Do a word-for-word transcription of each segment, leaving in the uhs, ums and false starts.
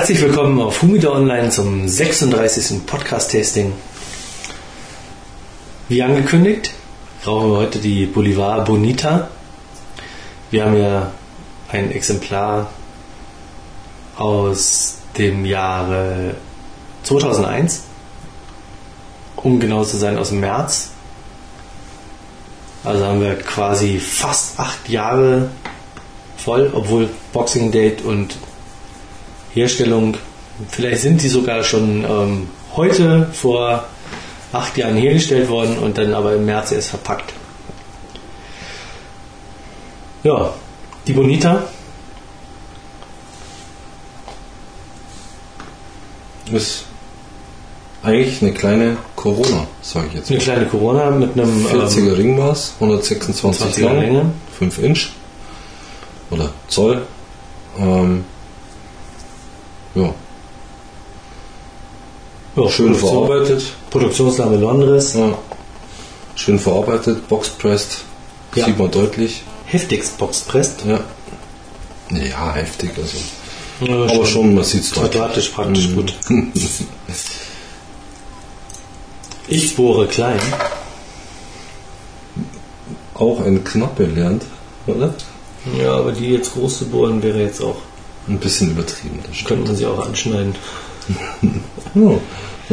Herzlich willkommen auf Humidor Online zum sechsunddreißigsten Podcast-Tasting. Wie angekündigt, rauchen wir heute die Bolivar Bonita. Wir haben ja ein Exemplar aus dem Jahre zweitausendeins, um genau zu sein aus dem März. Also haben wir quasi fast acht Jahre voll, obwohl Boxing Date und Herstellung, vielleicht sind die sogar schon ähm, heute vor acht Jahren hergestellt worden und dann aber im März erst verpackt. Ja, die Bonita ist eigentlich eine kleine Corona, sage ich jetzt mal. Eine kleine Corona mit einem vierziger ähm, Ringmaß, hundertsechsundzwanzig lang, Länge. fünf Inch oder Zoll. Ähm, ja. ja. Schön Produktion, verarbeitet. Produktionsname Londres. Ja. Schön verarbeitet, boxpressed. Ja. Sieht man deutlich. Heftigst boxpressed. Ja. Ja, heftig, also. Ja, aber schon, schon man sieht es deutlich. Quadratisch praktisch mhm. gut. Ich bohre klein. Auch ein Knappe lernt, oder? Ja, aber die jetzt groß zu bohren wäre jetzt auch ein bisschen übertrieben. Das könnte man sie auch anschneiden. Oh.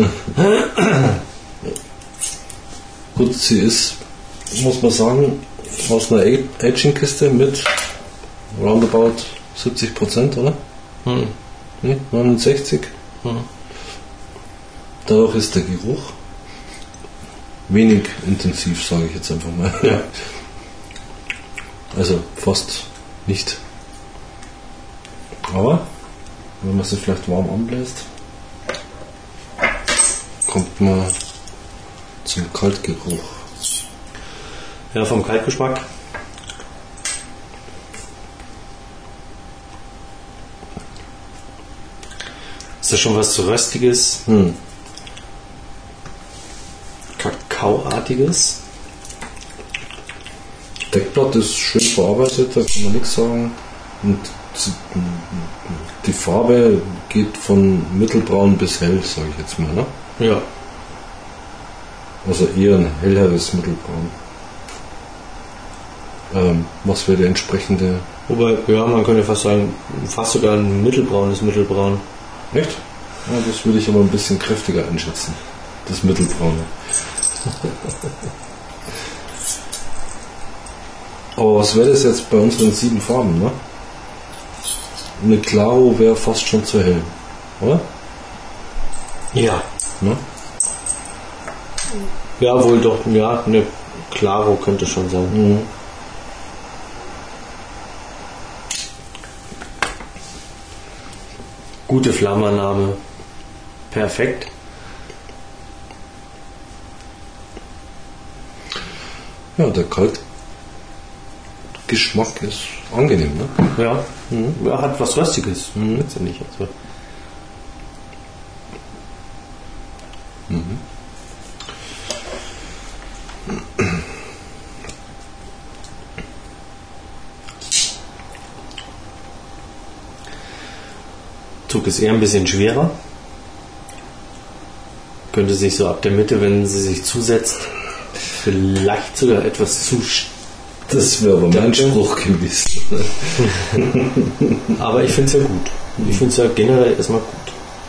Gut, sie ist, muss man sagen, aus einer Aging-Kiste mit roundabout siebzig Prozent, oder? Hm. Nee, neunundsechzig. Hm. Dadurch ist der Geruch wenig intensiv, sage ich jetzt einfach mal. Ja. Also fast nicht. Aber wenn man sie vielleicht warm anbläst, kommt man zum Kaltgeruch. Ja, vom Kaltgeschmack. Ist das schon was zu Röstiges? Hm. Kakaoartiges? Deckblatt ist schön verarbeitet, da kann man nichts sagen. Und die Farbe geht von mittelbraun bis hell, sage ich jetzt mal, ne? Ja. Also eher ein helleres Mittelbraun. Ähm, was wäre der entsprechende? Wobei, ja, man könnte fast sagen, fast sogar ein mittelbraunes Mittelbraun. Echt? Ja, das würde ich aber ein bisschen kräftiger einschätzen. Das Mittelbraune. Aber was wäre das jetzt bei unseren sieben Farben, ne? Eine Claro wäre fast schon zu hell, oder? Ja. Ne? Ja, wohl doch, ja, eine Claro könnte schon sein. Mhm. Gute Flammername. Perfekt. Ja, der Kaltgeschmack ist angenehm, ne? Ja, mhm. Ja, hat was Röstiges. Mhm. Letztendlich. Also. Mhm. Zug ist eher ein bisschen schwerer. Könnte sich so ab der Mitte, wenn sie sich zusetzt, vielleicht sogar etwas zu. Das wäre aber mein Spruch gewesen. Aber ich finde es ja gut. Ich finde es ja generell erstmal gut.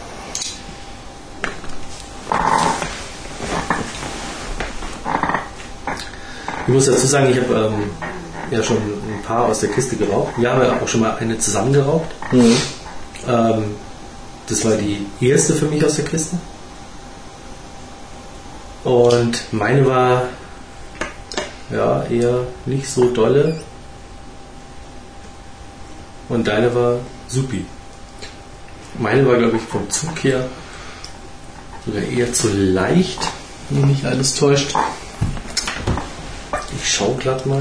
Ich muss dazu sagen, ich habe ähm, ja schon ein paar aus der Kiste geraucht. Wir haben ja auch schon mal eine zusammen geraucht. Mhm. Ähm, das war die erste für mich aus der Kiste. Und meine war ja eher nicht so dolle. Und deine war supi. Meine war, glaube ich, vom Zug her sogar eher zu leicht, wenn mich alles täuscht. Ich schau glatt mal.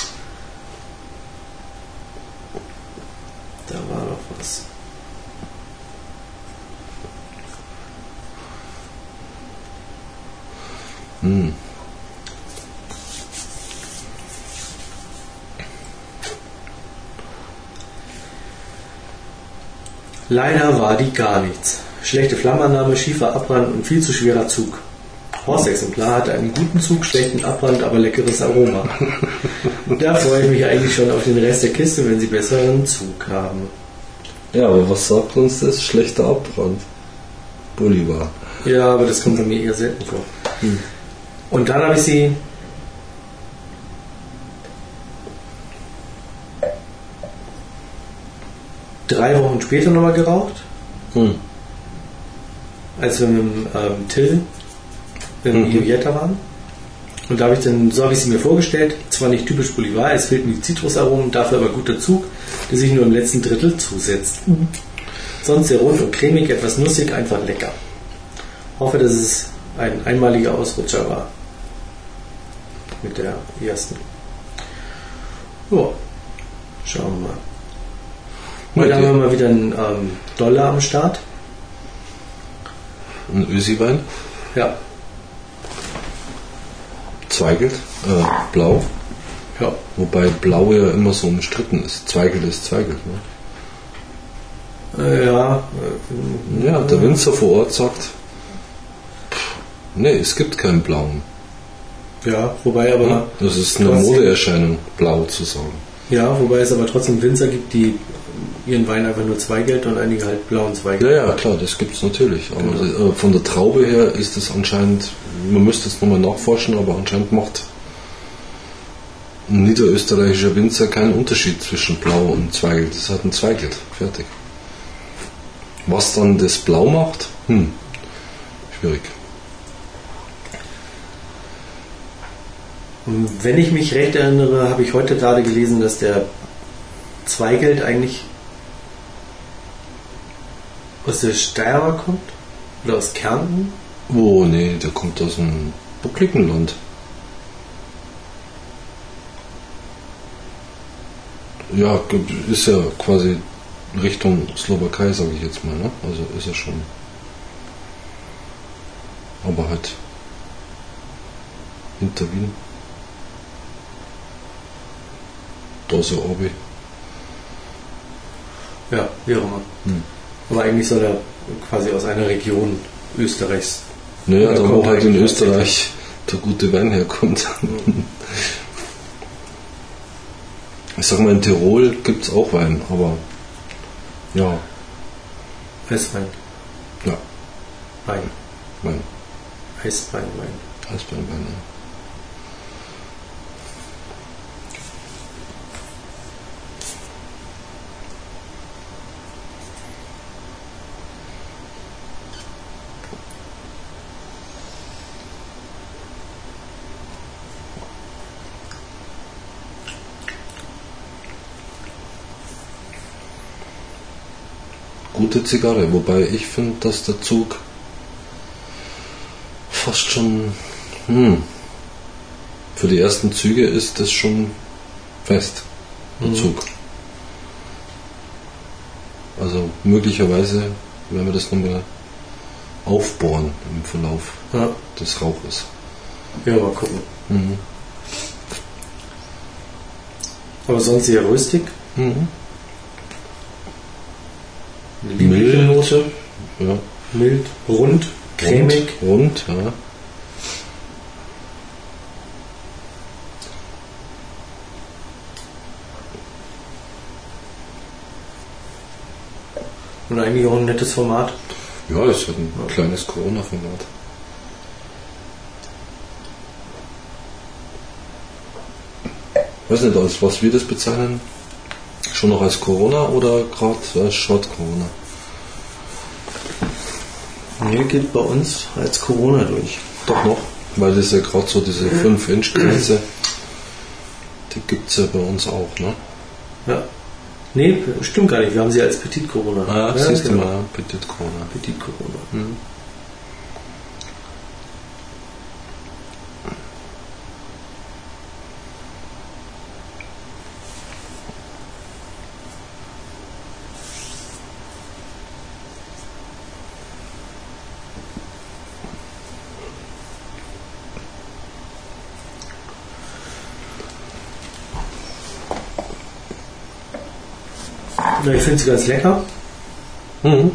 Da war doch was. Hm. Leider war die gar nichts. Schlechte Flammenannahme, schiefer Abbrand und viel zu schwerer Zug. Horst-Exemplar hatte einen guten Zug, schlechten Abbrand, aber leckeres Aroma. Da freue ich mich eigentlich schon auf den Rest der Kiste, wenn sie besseren Zug haben. Ja, aber was sagt uns das? Schlechter Abbrand. Bolivar. Ja, aber das kommt bei mir eher selten vor. Hm. Und dann habe ich sie drei Wochen später nochmal geraucht, Hm. als wir mit dem ähm, Till im Mhm. Iulietta waren. Und da habe ich dann, so habe ich sie mir vorgestellt, zwar nicht typisch Bolivar, es fehlten die Zitrusaromen, dafür aber guter Zug, der sich nur im letzten Drittel zusetzt. Mhm. Sonst sehr rund und cremig, etwas nussig, einfach lecker. Hoffe, dass es ein einmaliger Ausrutscher war. Mit der ersten. Ja, schauen wir mal. Heute haben wir mal wieder einen ähm, Dollar am Start. Ein Ösi-Wein. Ja. Zweigelt, äh, blau. Ja. Wobei blau ja immer so umstritten ist. Zweigelt ist Zweigelt. Ne? Äh, ja. Äh, Ja, der Winzer vor Ort sagt, pff, nee, es gibt keinen blauen. Ja, wobei aber... Ja, das ist eine trotzdem- Modeerscheinung, blau zu sagen. Ja, wobei es aber trotzdem Winzer gibt, die ihren Wein einfach nur Zweigelt und einige halt blauen Zweigelt. Ja, ja, klar, das gibt es natürlich. Aber Genau. äh, von der Traube her ist es anscheinend, man müsste es nochmal nachforschen, aber anscheinend macht ein niederösterreichischer Winzer keinen Unterschied zwischen Blau und Zweigelt. Das hat ein Zweigelt. Fertig. Was dann das Blau macht? Hm, schwierig. Und wenn ich mich recht erinnere, habe ich heute gerade gelesen, dass der Zweigelt eigentlich aus der Steiermark kommt? Oder aus Kärnten? Oh, nee, der kommt aus dem buckligen Land. Ja, ist ja quasi Richtung Slowakei, sage ich jetzt mal, ne? Also ist er schon. Aber halt hinter Wien. Da so Orbi. Ja, wie auch immer. Hm. Aber eigentlich soll er quasi aus einer Region Österreichs. Naja, Oder da wo kommt halt in eigentlich Österreich der gute Wein herkommt. Ich sag mal, in Tirol gibt es auch Wein, aber ja, Weißwein. ja, Wein. Wein. Weißwein, Wein. Eisbein, Wein, ja. Gute Zigarre, wobei ich finde, dass der Zug fast schon, hm, für die ersten Züge ist das schon fest, der Mhm. Zug. Also möglicherweise werden wir das nochmal aufbohren im Verlauf Ja, des Rauches. ja, mal gucken. Mhm. Aber sonst sehr rüstig. Mhm. Eine liebliche Note. Ja. Mild, rund, cremig. Rund, rund, ja. Und eigentlich auch ein nettes Format. Ja, das ist halt ein kleines Corona-Format. Weiß nicht, als was wir das bezeichnen. Schon noch als Corona oder gerade als Short Corona? Nee, geht bei uns als Corona durch. Doch noch, weil das ja gerade so diese fünf Inch Grenze, die gibt es ja bei uns auch, ne? Ja. Nee, stimmt gar nicht. Wir haben sie als Petit Corona. Ah, ja, siehst genau. du mal, ja, Petit Corona. Petit Corona. Mhm. Ja, ich finde sie ganz lecker. Mhm.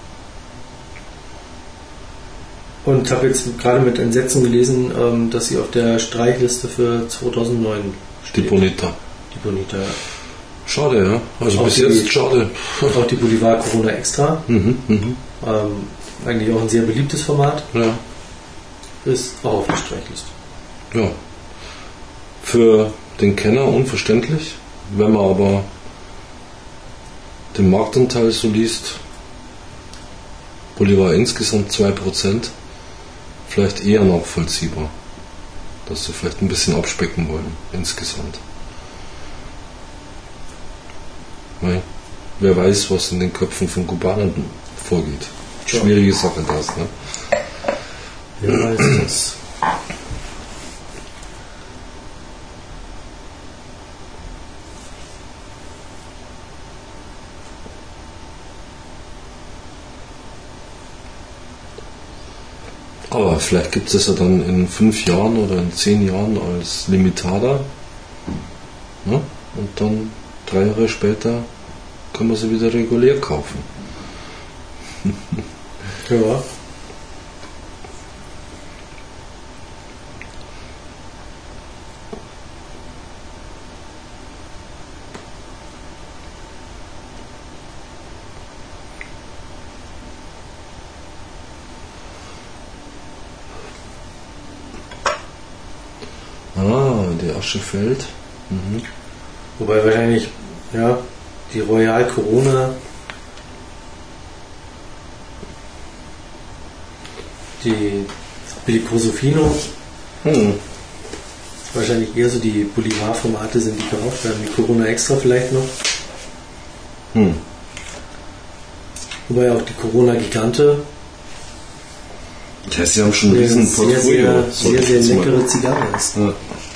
Und habe jetzt gerade mit Entsetzen gelesen, ähm, dass sie auf der Streichliste für zweitausendneun Die steht. Bonita. Die Bonita, ja. Schade, ja. Also Auch bis die- jetzt schade. Auch die Bolivar Corona Extra. Mhm, mhm. Ähm, eigentlich auch ein sehr beliebtes Format. Ja. Ist auch auf der Streichliste. Ja. Für den Kenner unverständlich. Wenn man aber den Marktanteil so liest, Bolivar insgesamt zwei Prozent, vielleicht eher nachvollziehbar. Dass sie vielleicht ein bisschen abspecken wollen, insgesamt. Weil, wer weiß, was in den Köpfen von Kubanern vorgeht. Ja. Schwierige Sache das, ne? Wer weiß das? Aber vielleicht gibt es es ja dann in fünf Jahren oder in zehn Jahren als Limitada. Ne? Und dann drei Jahre später kann man sie wieder regulär kaufen. Ja. Ah, die Asche fällt. Mhm. Wobei wahrscheinlich, ja, die Royal Corona, die Bellicosofino, Hm. wahrscheinlich eher so die Bolivar-Formate sind, die gekauft werden. Die Corona Extra vielleicht noch. Hm. Wobei auch die Corona Gigante Ja, sie haben schon ein eine riesen sehr, Portfolio. sehr, sag sehr, ich sehr jetzt mal. leckere Zigarre ist. Ja.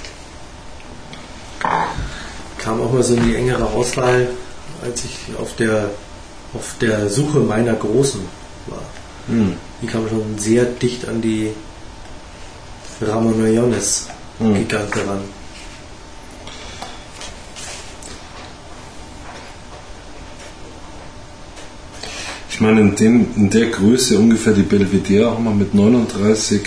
Kam auch mal so in die engere Auswahl, als ich auf der, auf der Suche meiner Großen war. Hm. Die kam schon sehr dicht an die Ramonoyones Hm. Gigante ran. Ich meine, in, dem, in der Größe ungefähr die Belvedere haben wir mit neununddreißig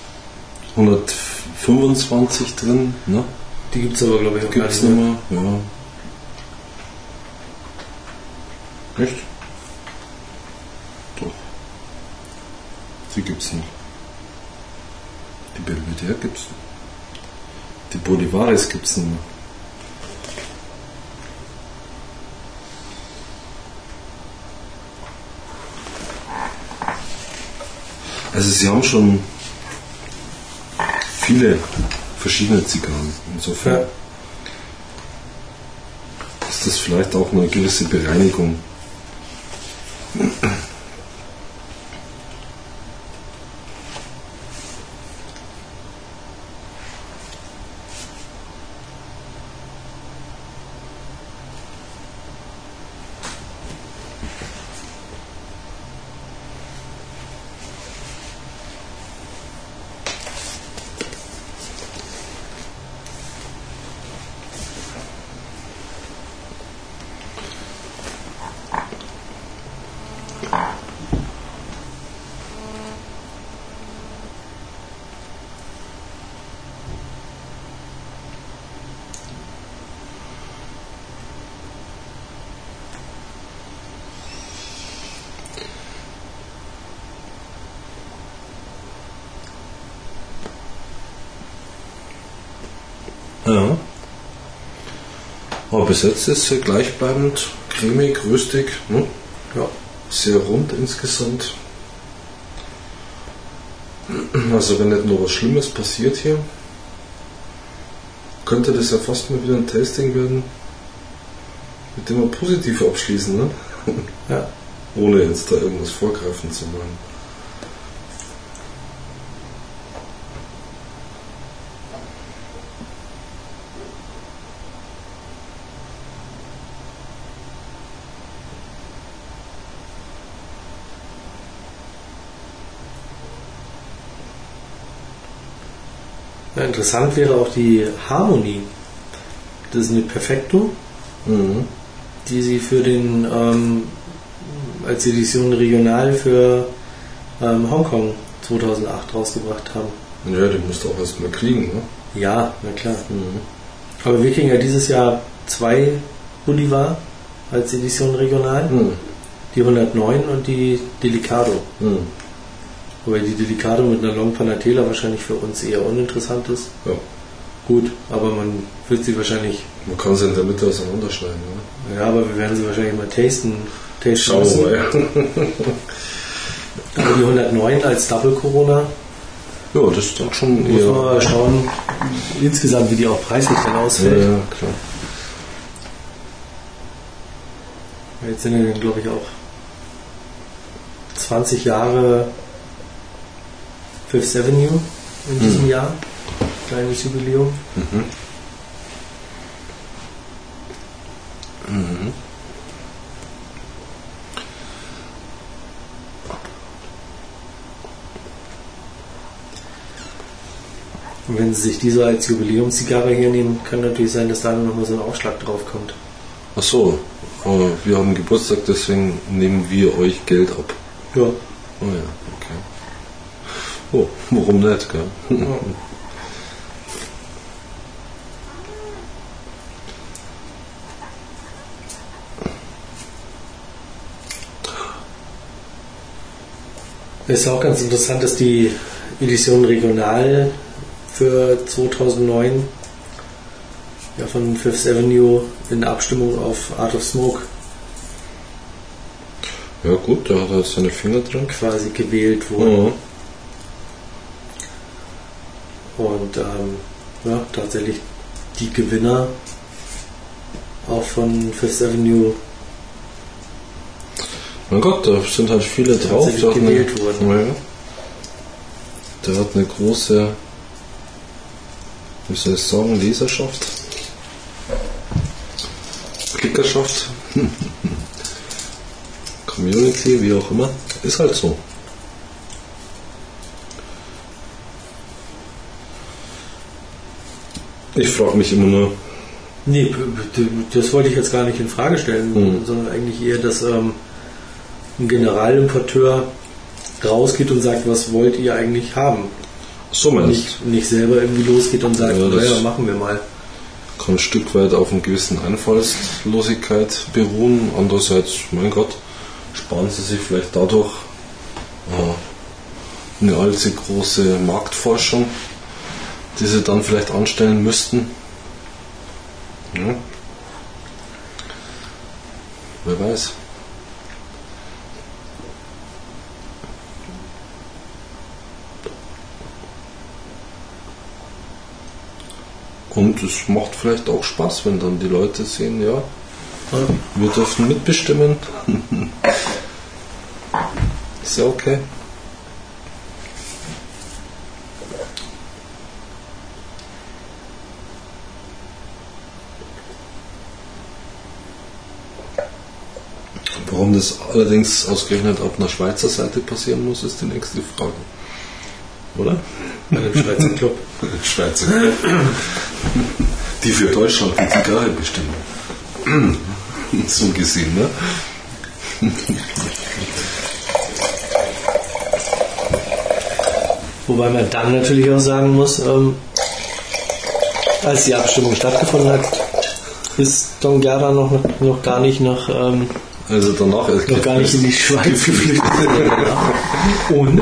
hundertfünfundzwanzig drin. Ne? Die gibt es aber, glaube ich, auch Gibt es gar nicht nicht mehr. mehr? Ja. Echt? Doch. Sie gibt's noch. Die Belvedere gibt's noch. Die Bolivares gibt's nicht mehr. Also sie haben schon viele verschiedene Zigarren. Insofern Ja. ist das vielleicht auch eine gewisse Bereinigung. Ja. Aber bis jetzt ist sie gleichbleibend cremig, röstig, ne? Ja. Sehr rund insgesamt. Also wenn nicht nur was Schlimmes passiert hier, könnte das ja fast mal wieder ein Tasting werden, mit dem wir positiv abschließen, ne? Ja. Ohne jetzt da irgendwas vorgreifen zu wollen. Ja, interessant wäre auch die Harmonie. Das ist eine Perfecto, Mhm. die sie für den ähm, als Edition regional für ähm, Hongkong zweitausendacht rausgebracht haben. Ja, die musst du auch erstmal kriegen, ne? Ja, na klar. Mhm. Aber wir kriegen ja dieses Jahr zwei Bolivar als Edition regional. Mhm. Die hundertneun und die Delicado. Mhm. Wobei die Delicado mit einer Long Panatela wahrscheinlich für uns eher uninteressant ist. Ja. Gut, aber man wird sie wahrscheinlich... Man kann sie in der Mitte auseinanderschneiden, ne? Ja, aber wir werden sie wahrscheinlich mal tasten. tasten Schauen müssen. wir mal, ja. Aber die hundertneun als Double Corona, Ja, das ist auch schon muss eher... man mal schauen, insgesamt, wie die auch preislich dann Ja, ausfällt. ja, klar. Jetzt sind ja, glaube ich, auch zwanzig Jahre Fifth Avenue in diesem Mhm. Jahr. Kleines Jubiläum. Mhm. Mhm. Und wenn Sie sich diese als Jubiläumszigarre hernehmen, kann natürlich sein, dass da noch mal so ein Aufschlag drauf kommt. Ach so, äh, wir haben Geburtstag, deswegen nehmen wir euch Geld ab. Ja. Oh ja, okay. Oh, warum nicht, gell? Ja. Es ist auch ganz interessant, dass die Edition regional für zweitausendneun ja, von Fifth Avenue in Abstimmung auf Art of Smoke Ja gut, da hat er seine Finger drin. quasi gewählt wurde. Mhm. Und ähm, ja, tatsächlich die Gewinner auch von Fifth Avenue Mein Gott, da sind halt viele drauf. tatsächlich Der hat, gewählt eine, wurden. ja, der hat eine große, wie soll ich sagen, Leserschaft. Klickerschaft. Community, wie auch immer. Ist halt so. Ich frage mich immer nur, Nee, b- b- das wollte ich jetzt gar nicht in Frage stellen, Mhm. sondern eigentlich eher, dass ähm, ein Generalimporteur rausgeht und sagt, was wollt ihr eigentlich haben? so meinst Nicht, nicht selber irgendwie losgeht und sagt, Ja, das- naja, machen wir mal. kann ein Stück weit auf einer gewissen Einfallslosigkeit beruhen. Andererseits, mein Gott, sparen sie sich vielleicht dadurch äh, eine allzu große Marktforschung, die sie dann vielleicht anstellen müssten. Ja. Wer weiß. Und es macht vielleicht auch Spaß, wenn dann die Leute sehen, ja, wir dürfen mitbestimmen. Ist ja okay. Warum das allerdings ausgerechnet auf einer Schweizer Seite passieren muss, ist die nächste Frage. Oder? Bei dem Schweizer Club. Schweizer. Die für Deutschland die Zigarre bestimmen. So gesehen, ne? Wobei man dann natürlich auch sagen muss, ähm, als die Abstimmung stattgefunden hat, ist Don Gerda noch, noch gar nicht nach ähm, Also danach ist noch gar nicht in die Schweiz geflüchtet. Und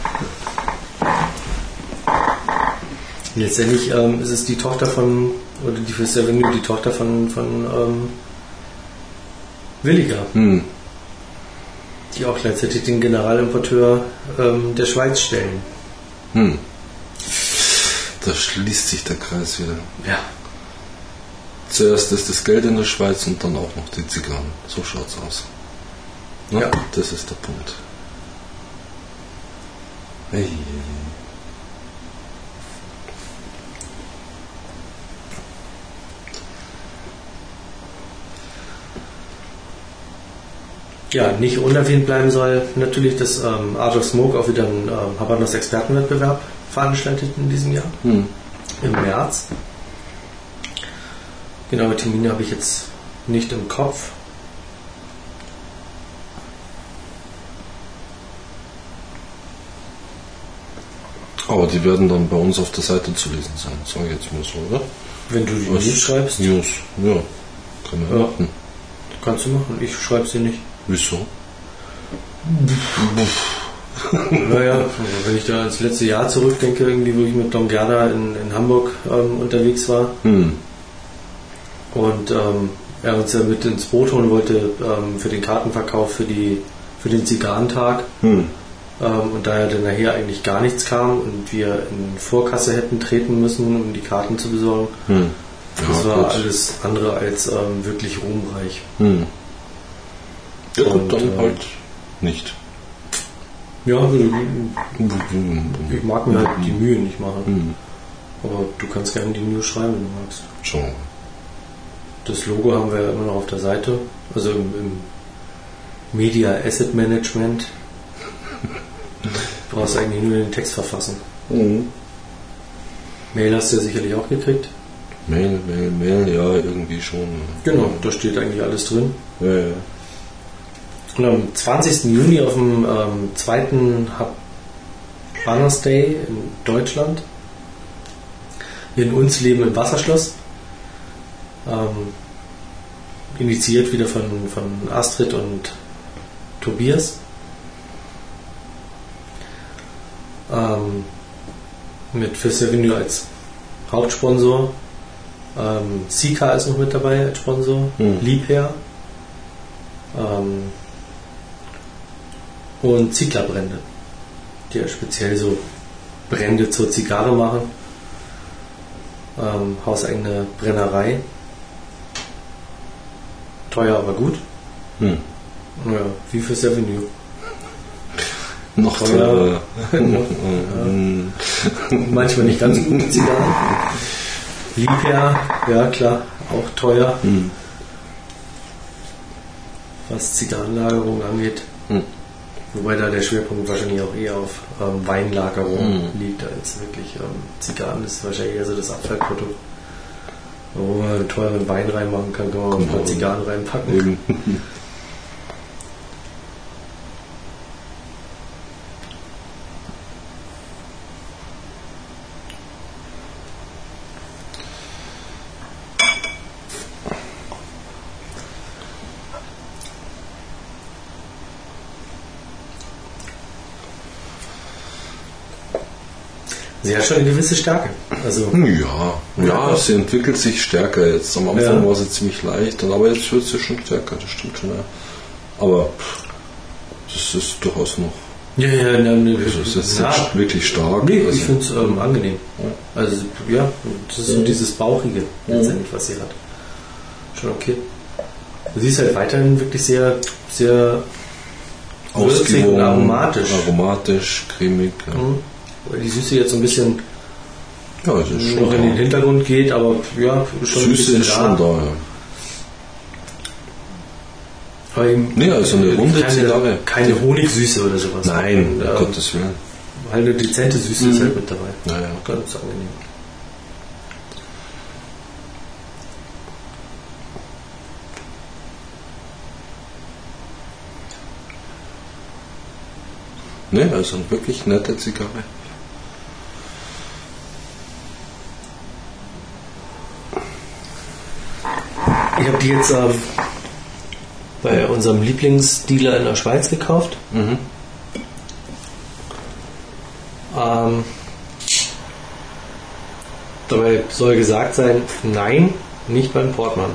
letztendlich ähm, ist es die Tochter von, oder die Fifth Avenue, die Tochter von, von ähm, Williger, Hm. die auch gleichzeitig den Generalimporteur ähm, der Schweiz stellen. Hm. Da schließt sich der Kreis wieder. Ja. Zuerst ist das Geld in der Schweiz und dann auch noch die Zigarren. So schaut's aus. Ne? Ja. Das ist der Punkt. Hey. Ja, nicht unerwähnt bleiben soll natürlich, dass ähm, Art of Smoke auch wieder einen ähm, Habanos Expertenwettbewerb veranstaltet in diesem Jahr, Hm. im März. Genaue Termine habe ich jetzt nicht im Kopf. aber die werden dann bei uns auf der Seite zu lesen sein, sage ich jetzt mal so, oder? Wenn du die News schreibst? News, ja. Kann man ja machen. Kannst du machen, ich schreibe sie nicht. Wieso? Naja, wenn ich da ans letzte Jahr zurückdenke, irgendwie, wo ich mit Don Gerda in, in Hamburg ähm, unterwegs war hm. und ähm, er uns ja mit ins Boot holen wollte ähm, für den Kartenverkauf für, die, für den Zigarrentag Hm. ähm, und da ja dann nachher eigentlich gar nichts kam und wir in Vorkasse hätten treten müssen, um die Karten zu besorgen, Hm. das Ja, war gut. alles andere als ähm, wirklich ruhmreich. Hm. Ja gut, Und, dann äh, halt nicht. Ja, also, ich mag mir halt die Mühe nicht machen. Hm. Aber du kannst gerne die News schreiben, wenn du magst. So. Das Logo haben wir ja immer noch auf der Seite, also im, im Media Asset Management. Du brauchst eigentlich nur den Text verfassen. Mhm. Mail hast du ja sicherlich auch gekriegt. Mail, Mail, Mail, ja, irgendwie schon. Genau, da steht eigentlich alles drin. Ja, ja. Und am zwanzigsten Juni auf dem ähm, zweiten Habanas Day in Deutschland, in uns Leben im Wasserschloss, ähm, initiiert wieder von, von Astrid und Tobias. Ähm, mit Fifth Avenue als Hauptsponsor. Ähm, Sika ist noch mit dabei als Sponsor. Hm. Liebherr. Ähm, und Zieglerbrände, die ja speziell so Brände zur Zigarre machen. Ähm, hauseigene Brennerei. Teuer, aber gut. Hm. Ja, wie für Avenue. Noch Teuer. teurer. Ja. Manchmal nicht ganz gute Zigarren. Liebherr, ja klar, auch teuer. Hm. Was Zigarrenlagerung angeht. Hm. Wobei da der Schwerpunkt wahrscheinlich auch eher auf ähm, Weinlagerung Mhm. liegt als wirklich ähm, Zigarren. Das ist wahrscheinlich eher so das Abfallprodukt. Wo man einen teuren Wein reinmachen kann, kann man auch ein paar Zigarren reinpacken. Eben. Sie hat schon eine gewisse Stärke. Also, Ja, ja, sie entwickelt sich stärker jetzt. Am Anfang Ja. war sie ziemlich leicht, und aber jetzt wird sie schon stärker, das stimmt schon. Ja. Aber pff, das ist durchaus noch. ja, ja, ne, ne, Also es ist ja. jetzt wirklich stark. Nee, also, ich finde es ähm, angenehm. Also, ja, das ist so Mhm. dieses Bauchige letztendlich, was sie hat. Schon okay. Sie ist halt weiterhin wirklich sehr, sehr würzig und ausgewogen, aromatisch. aromatisch, cremig. Ja, Mhm. Weil die Süße jetzt so ein bisschen ja es ist schon noch in den da. Hintergrund geht, aber ja, schon ein Süße bisschen ist schon da, ja. Aber eben Nee, also eine runde keine, Zigarre. keine Honigsüße oder sowas. Nein, Und, um ähm, Gottes Willen. halt eine dezente Süße ist halt mit dabei. Naja. Ganz angenehm. Ne, also eine wirklich nette Zigarre. Ich habe die jetzt ähm, bei unserem Lieblingsdealer in der Schweiz gekauft. Mhm. Ähm, dabei soll gesagt sein, nein, nicht beim Portmann.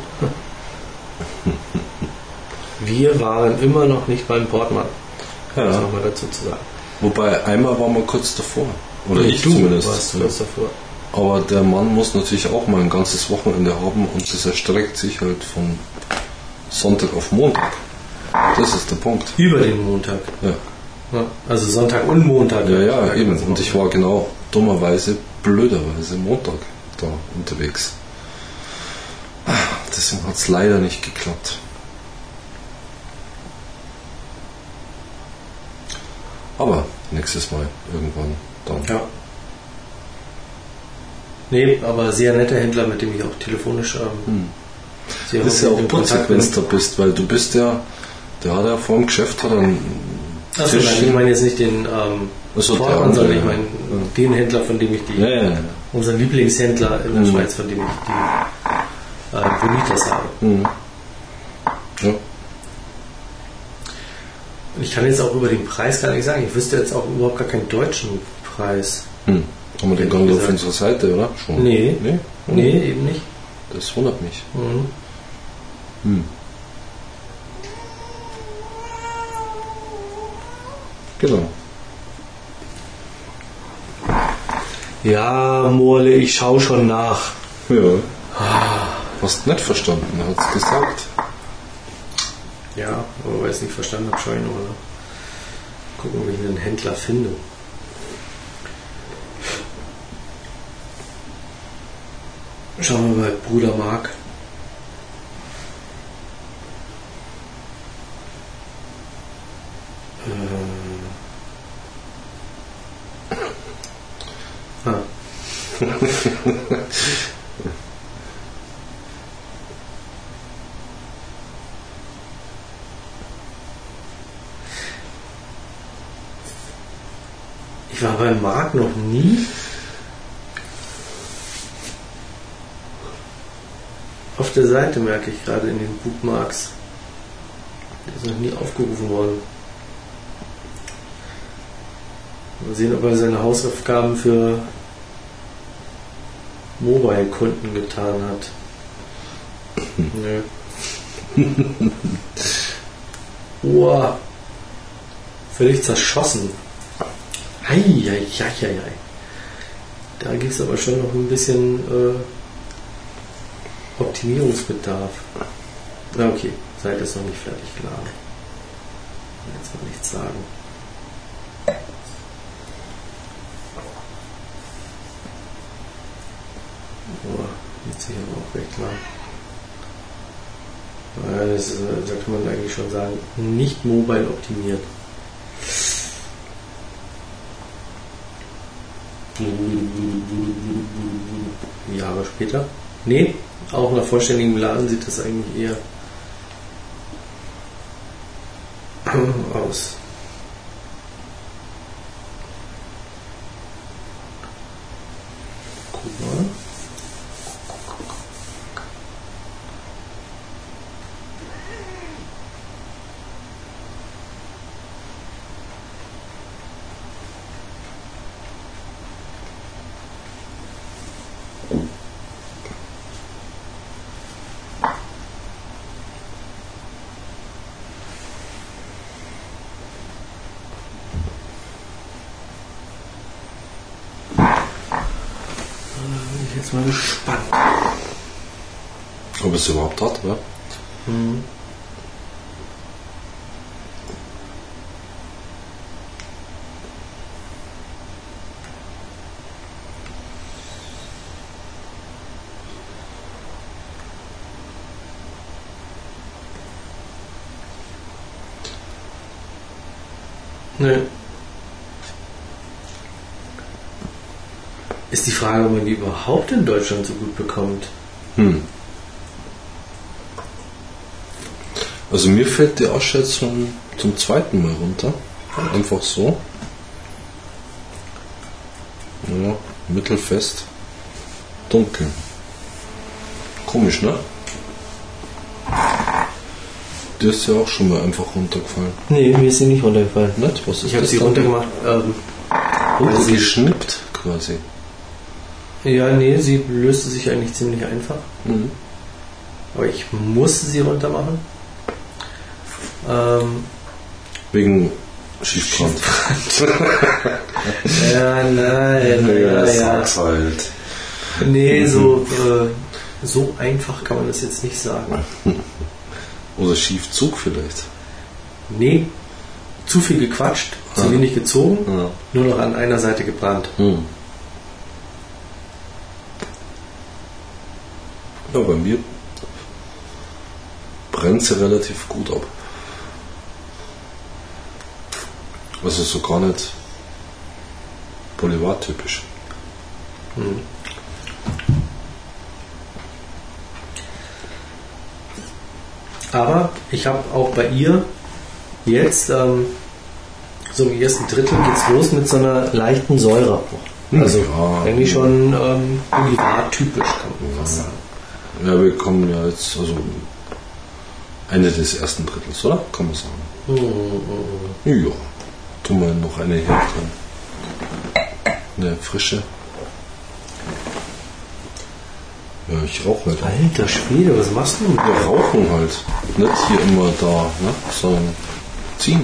Wir waren immer noch nicht beim Portmann. Ja. Das nochmal dazu zu sagen. Wobei einmal waren wir kurz davor. Oder ich du zumindest. warst Ja. kurz davor. Aber der Mann muss natürlich auch mal ein ganzes Wochenende haben, und das erstreckt sich halt von Sonntag auf Montag. Das ist der Punkt. Über den Montag. Ja, Ja, also Sonntag und Montag. ja, ja eben. Und ich war genau dummerweise, blöderweise Montag da unterwegs. Ah, deswegen hat es leider nicht geklappt. Aber nächstes Mal irgendwann dann. Ja. Nee, aber sehr netter Händler, mit dem ich auch telefonisch ähm, sehr Das ist ja häufig auch in putzig, Kontakt wenn bin. du da bist, weil du bist ja, der hat ja vor dem Geschäft hat er einen Achso, nein, ich meine jetzt nicht den ähm, Achso, Vormann, sondern ich meine ja. den Händler, von dem ich die, Ja, ja, ja. unseren Lieblingshändler in der Mhm. Schweiz, von dem ich die äh, Bonitas habe. Mhm. Ja. Ich kann jetzt auch über den Preis gar nicht sagen. Ich wüsste jetzt auch überhaupt gar keinen deutschen Preis. Hm. Haben wir den gar nicht auf unserer Seite, oder? Schon. Nee. Nee, Nee, eben nicht. Das wundert mich. Mhm. Hm. Genau. Ja, Morle, ich schaue schon nach. Ja. Hast nicht verstanden, er hat's gesagt. Ja, aber weil ich es nicht verstanden habe, schaue ich nochmal nach. Gucken, ob ich einen Händler finde. Schauen wir bei Bruder Mark. Äh. Ah. Ich war bei Mark noch nie. Auf der Seite merke ich gerade in den Bookmarks. Der ist noch nie aufgerufen worden. Mal sehen, ob er seine Hausaufgaben für Mobile-Kunden getan hat. Nö. Uah. Völlig zerschossen. Eieieiei. Da gibt es aber schon noch ein bisschen äh, Optimierungsbedarf. Na okay, Seite ist noch nicht fertig geladen. Jetzt mal nichts sagen. Oh, jetzt sich aber auch recht lang. Das ist, da kann man eigentlich schon sagen, nicht mobile optimiert. Jahre später. Nee, auch nach vollständigem Laden sieht das eigentlich eher aus. Guck mal. Jetzt mal gespannt. Ob es überhaupt hat, oder? Hm. Nö. Ist die Frage, ob man die überhaupt in Deutschland so gut bekommt. Hm. Also mir fällt die Ausschätzung zum zweiten Mal runter. Einfach so. Ja, mittelfest. Dunkel. Komisch, ne? Dir ist ja auch schon mal einfach runtergefallen. Nee, mir ist sie nicht runtergefallen. Nicht? Was ist Ich habe das sie dann? runtergemacht. Ähm, Runtergeschnippt quasi. ja, nee, sie löste sich eigentlich ziemlich einfach. Mhm. Aber ich musste sie runter machen. Ähm, Wegen Schiefbrand. ja, nein, ja, ja. halt. Nee, so, äh, so einfach kann man das jetzt nicht sagen. Oder Schiefzug vielleicht. Nee, zu viel gequatscht, zu Ah. wenig gezogen, Ja. nur noch an einer Seite gebrannt. Hm. Ja, bei mir brennt sie relativ gut ab. Also so gar nicht Boulevard-typisch. Hm. Aber ich habe auch bei ihr jetzt ähm, So im ersten Drittel geht's los mit so einer leichten Säure. Also ja, eigentlich schon ähm, Boulevard-typisch, kann man ja. fast sagen. Ja, wir kommen ja jetzt, also Ende des ersten Drittels, oder? Kann man sagen. Mhm. Ja, tun wir noch eine hier drin. Eine frische. Ja, ich rauche halt. Alter Schwede, was machst du denn? Wir rauchen halt. Nicht hier immer da, ne? Sondern ziehen.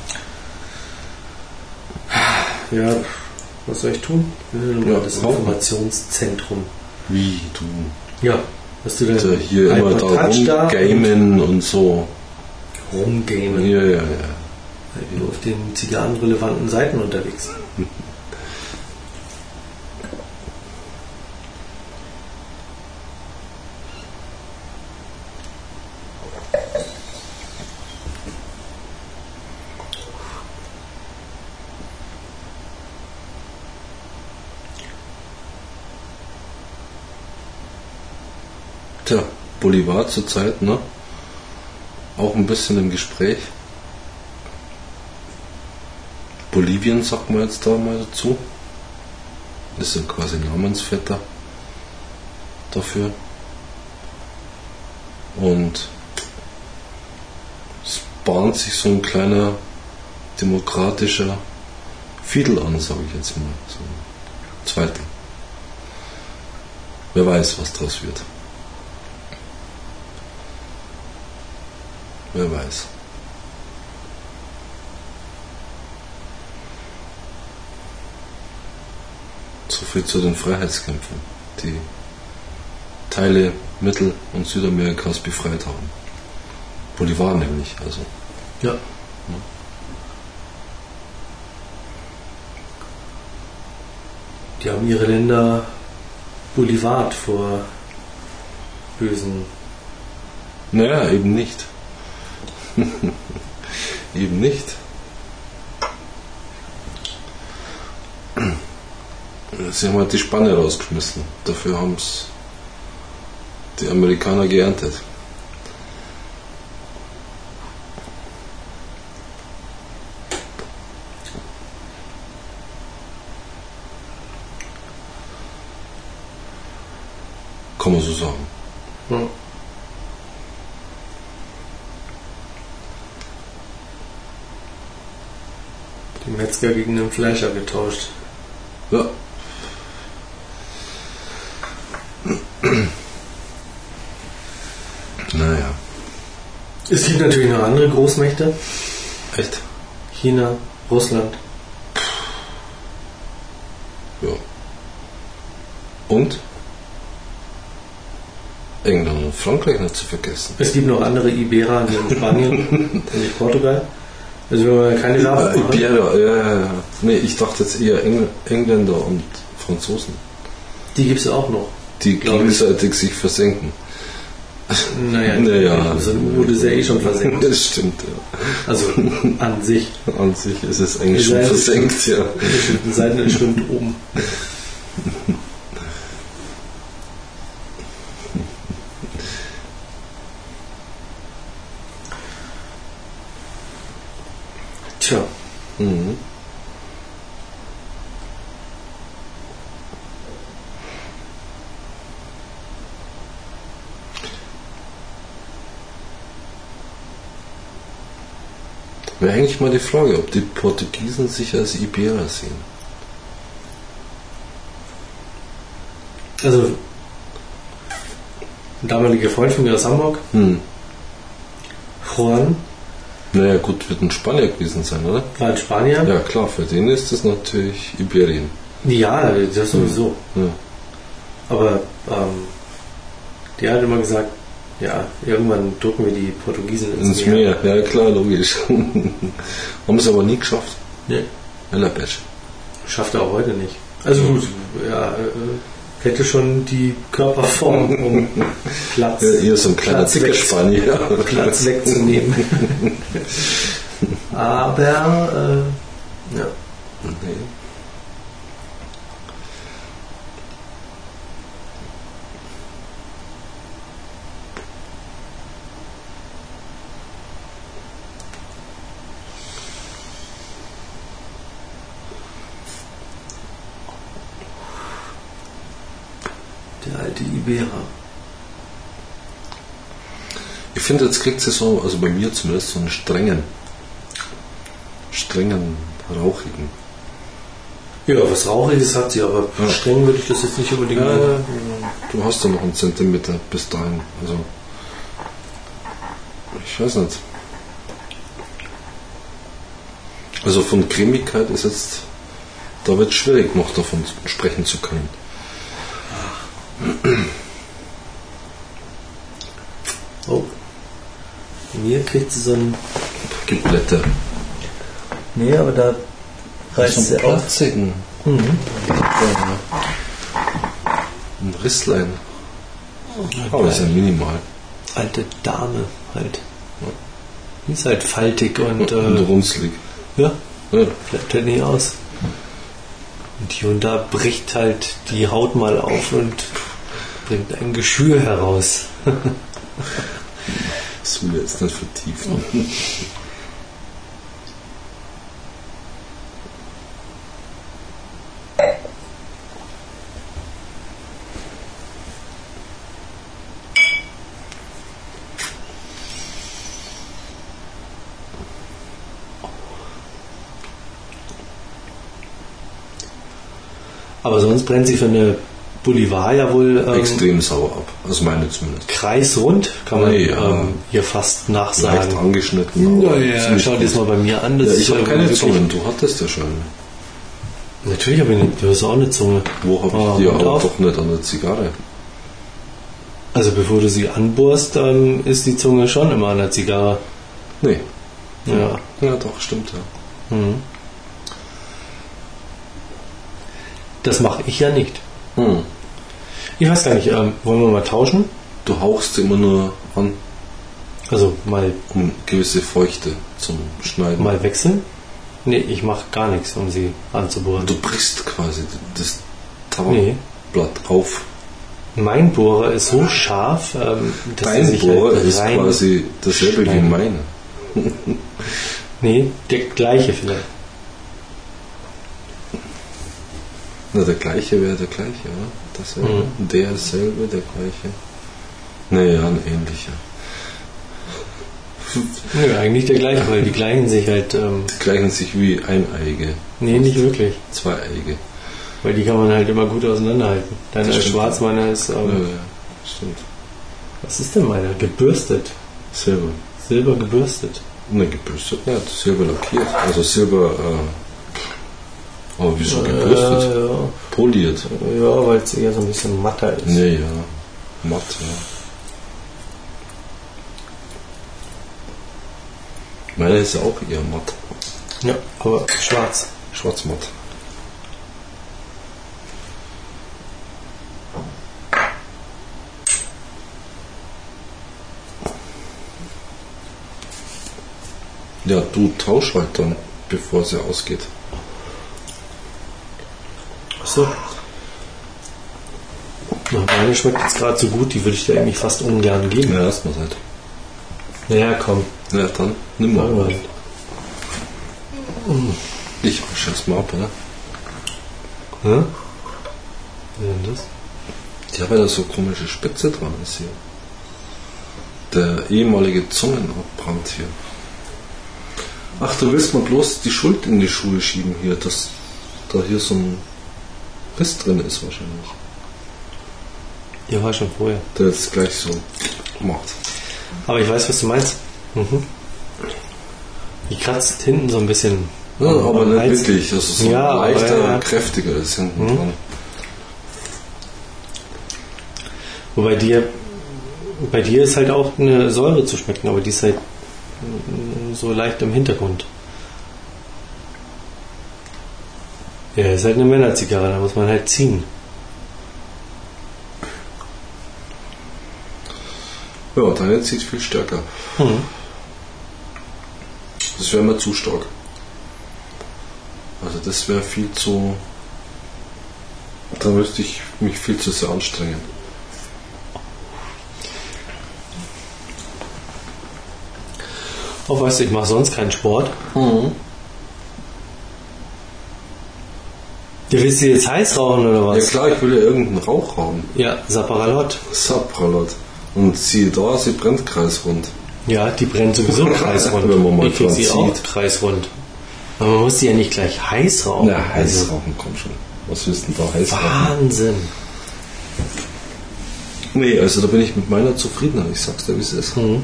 Ja, was soll ich tun? Ja, Ja, das rauchen. Informationszentrum. Wie du. Ja, hast du denn Da hier immer da Touch da rumgamen und so. rumgamen? Ja, ja, ja. Nur auf den zigarrenrelevanten Seiten unterwegs. Tja, Bolivar zurzeit, ne? Auch ein bisschen im Gespräch. Bolivien sagt man jetzt da mal dazu. Ist ja quasi Namensvetter dafür. Und es bahnt sich so ein kleiner demokratischer Fiedel an, sage ich jetzt mal. So ein Zweitel. Wer weiß, was draus wird. Wer weiß. So viel zu den Freiheitskämpfen, die Teile Mittel- und Südamerikas befreit haben. Bolivar nämlich, also. Ja. Die haben ihre Länder Boulevard vor bösen. Naja, eben nicht. Eben nicht. Sie haben halt die Spanne rausgeschmissen. Dafür haben es die Amerikaner geerntet. Kann man so sagen. Ja. Die Metzger gegen den Fleischer getauscht. Ja. Naja. Es gibt natürlich noch andere Großmächte. Echt? China, Russland. Ja. Und? England und Frankreich nicht zu vergessen. Es gibt noch andere Iberer in Spanien, nicht Portugal. Also wenn wir keine Sachen Äh, Iberia, ja, ja, ja. Nee, ich dachte jetzt eher Engl- Engländer und Franzosen. Die gibt es auch noch. Die Glaub ich. gegenseitig sich versenken. Naja, Naja. so ein U-Boot ist ja eh schon versenkt. Das stimmt, ja. Also an sich. An sich ist es eigentlich Die schon Seite versenkt, ja. Die Seite schwimmt oben. Tja. Mhm. Wäre eigentlich mal die Frage, ob die Portugiesen sich als Iberer sehen. Also ein damaliger Freund von mir aus Hamburg, Hm. Juan, Naja, gut, wird ein Spanier gewesen sein, oder? war in Spanien. Ja, klar, für den ist das natürlich Iberien. Ja, das sowieso. Ja. Aber ähm, der hat immer gesagt, ja, irgendwann drücken wir die Portugiesen ins, Ins Meer, ja klar, logisch. Haben es aber nie geschafft. Nee, Ella Besch. schafft er auch heute nicht. Also gut, ja, äh, hätte schon die Körperform, um Platz, Ja, eher so ein kleiner Platz, weg, Zickerspanier. Platz wegzunehmen. Aber äh, ja. Nee. alte Ibera. Ich finde, jetzt kriegt sie so, also bei mir zumindest, so einen strengen, strengen, rauchigen. Ja, was Rauchiges hat sie, aber ja. streng würde ich das jetzt nicht unbedingt ja, nennen. Du hast ja noch einen Zentimeter bis dahin. Also, ich weiß nicht. Also von Cremigkeit ist jetzt, da wird es schwierig noch davon sprechen zu können. Oh. Mir kriegt sie so ein... Geblätter. Nee, aber da reißt sie auf. Platzigen. Mhm. Ein Risslein. Aber das ist ja minimal. Alte Dame halt. Die ist halt faltig und... Und Äh, runzlig. ja, Ja. bleibt halt nicht aus. Und hier und da bricht halt die Haut mal auf und bringt ein Geschwür heraus. Das will jetzt nicht vertiefen. Aber sonst brennt sie für eine Bolivar ja wohl ähm, Extrem sauer ab. Also meine zumindest. kreisrund, kann man Nee, ja. ähm, hier fast Leicht nachsagen. angeschnitten. Ja, aber ja, ziemlich schau dir das gut. mal bei mir an. Ja, Das ich ist, habe äh, keine wirklich- Zungen, du hattest ja schon. Natürlich habe ich eine, du hast auch eine Zunge. Wo habe ich Ah, die und aber auf? doch nicht an der Zigarre? Also bevor du sie anbohrst, ähm, ist die Zunge schon immer an der Zigarre. Nee. Ja. Ja, doch, stimmt ja. Mhm. Das mache ich ja nicht. Hm. Ich weiß gar nicht, ähm, wollen wir mal tauschen? Du hauchst sie immer nur an, Also mal, um gewisse Feuchte zum Schneiden. mal wechseln? Nee, ich mache gar nichts, um sie anzubohren. Du brichst quasi das Nee. Tabakblatt auf. Mein Bohrer ist so scharf, ähm, dass er Dein sich Bohrer halt ist rein... quasi dasselbe wie schneiden. meine. Nee, der gleiche vielleicht. Na, der gleiche wäre der gleiche, oder? Dasselbe. Mhm. Derselbe, der gleiche. Naja, ein ähnlicher. Nö, eigentlich der gleiche, weil die gleichen sich halt... Ähm, Die gleichen sich wie Eineige, nee, nicht wirklich. Zweieige. Weil die kann man halt immer gut auseinanderhalten. Deiner Das ist stimmt. schwarz, meiner ist... Ja, Ähm, ja, stimmt. was ist denn meiner? Gebürstet. Silber. Silber gebürstet. Ne, gebürstet. Ja, Silber lackiert. Also Silber, äh, aber wieso gebürstet? Äh, ja, Poliert. ja weil es eher so ein bisschen matter ist. Nee, ja. Matt, ja. Meiner ist ja auch eher matt. Ja, aber schwarz. Schwarzmatt. Ja, du tausch halt dann, bevor sie ausgeht. Achso. Na, meine schmeckt jetzt gerade so gut, die würde ich dir eigentlich fast ungern geben. Ja, erstmal halt. Naja, komm. Ja, dann nimm mal. Machen wir. Ich wasche erst mal ab, oder? Hä? Was ist denn das? Ja, weil da so komische Spitze dran ist hier. Der ehemalige Zungenabbrand hier. Ach, du willst mal bloß die Schuld in die Schuhe schieben hier, dass da hier so ein Riss drin ist wahrscheinlich. Ja, war schon vorher. Der jetzt gleich so macht. Aber ich weiß, was du meinst. Mhm. Die kratzt hinten so ein bisschen. Ja, aber am nicht Hals. wirklich. Also so Ja, aber leichter, ja. kräftiger ist hinten Mhm. dran. Wobei dir, bei dir ist halt auch eine Säure zu schmecken, aber die ist halt mm, so leicht im Hintergrund. Ja, ist halt eine Männerzigarre, da muss man halt ziehen. Ja, deine zieht viel stärker. Mhm. Das wäre mir zu stark. Also das wäre viel zu... Da müsste ich mich viel zu sehr anstrengen. Oh, weißt du, ich mache sonst keinen Sport. Mhm. Du willst du jetzt heiß rauchen oder was? Ja klar, ich will ja irgendeinen Rauch haben. Ja, Saparalot. Sapralot. Und siehe da, sie brennt kreisrund. Ja, die brennt sowieso kreisrund. Wenn man mal ich krieg sie dran auch zieht. kreisrund. Aber man muss die ja nicht gleich heiß rauchen. Ja, heiß Also, rauchen, komm schon. Was willst du denn da heiß rauchen? Wahnsinn. Nee, also da bin ich mit meiner zufriedener. Ich sag's dir, wie es ist. Mhm.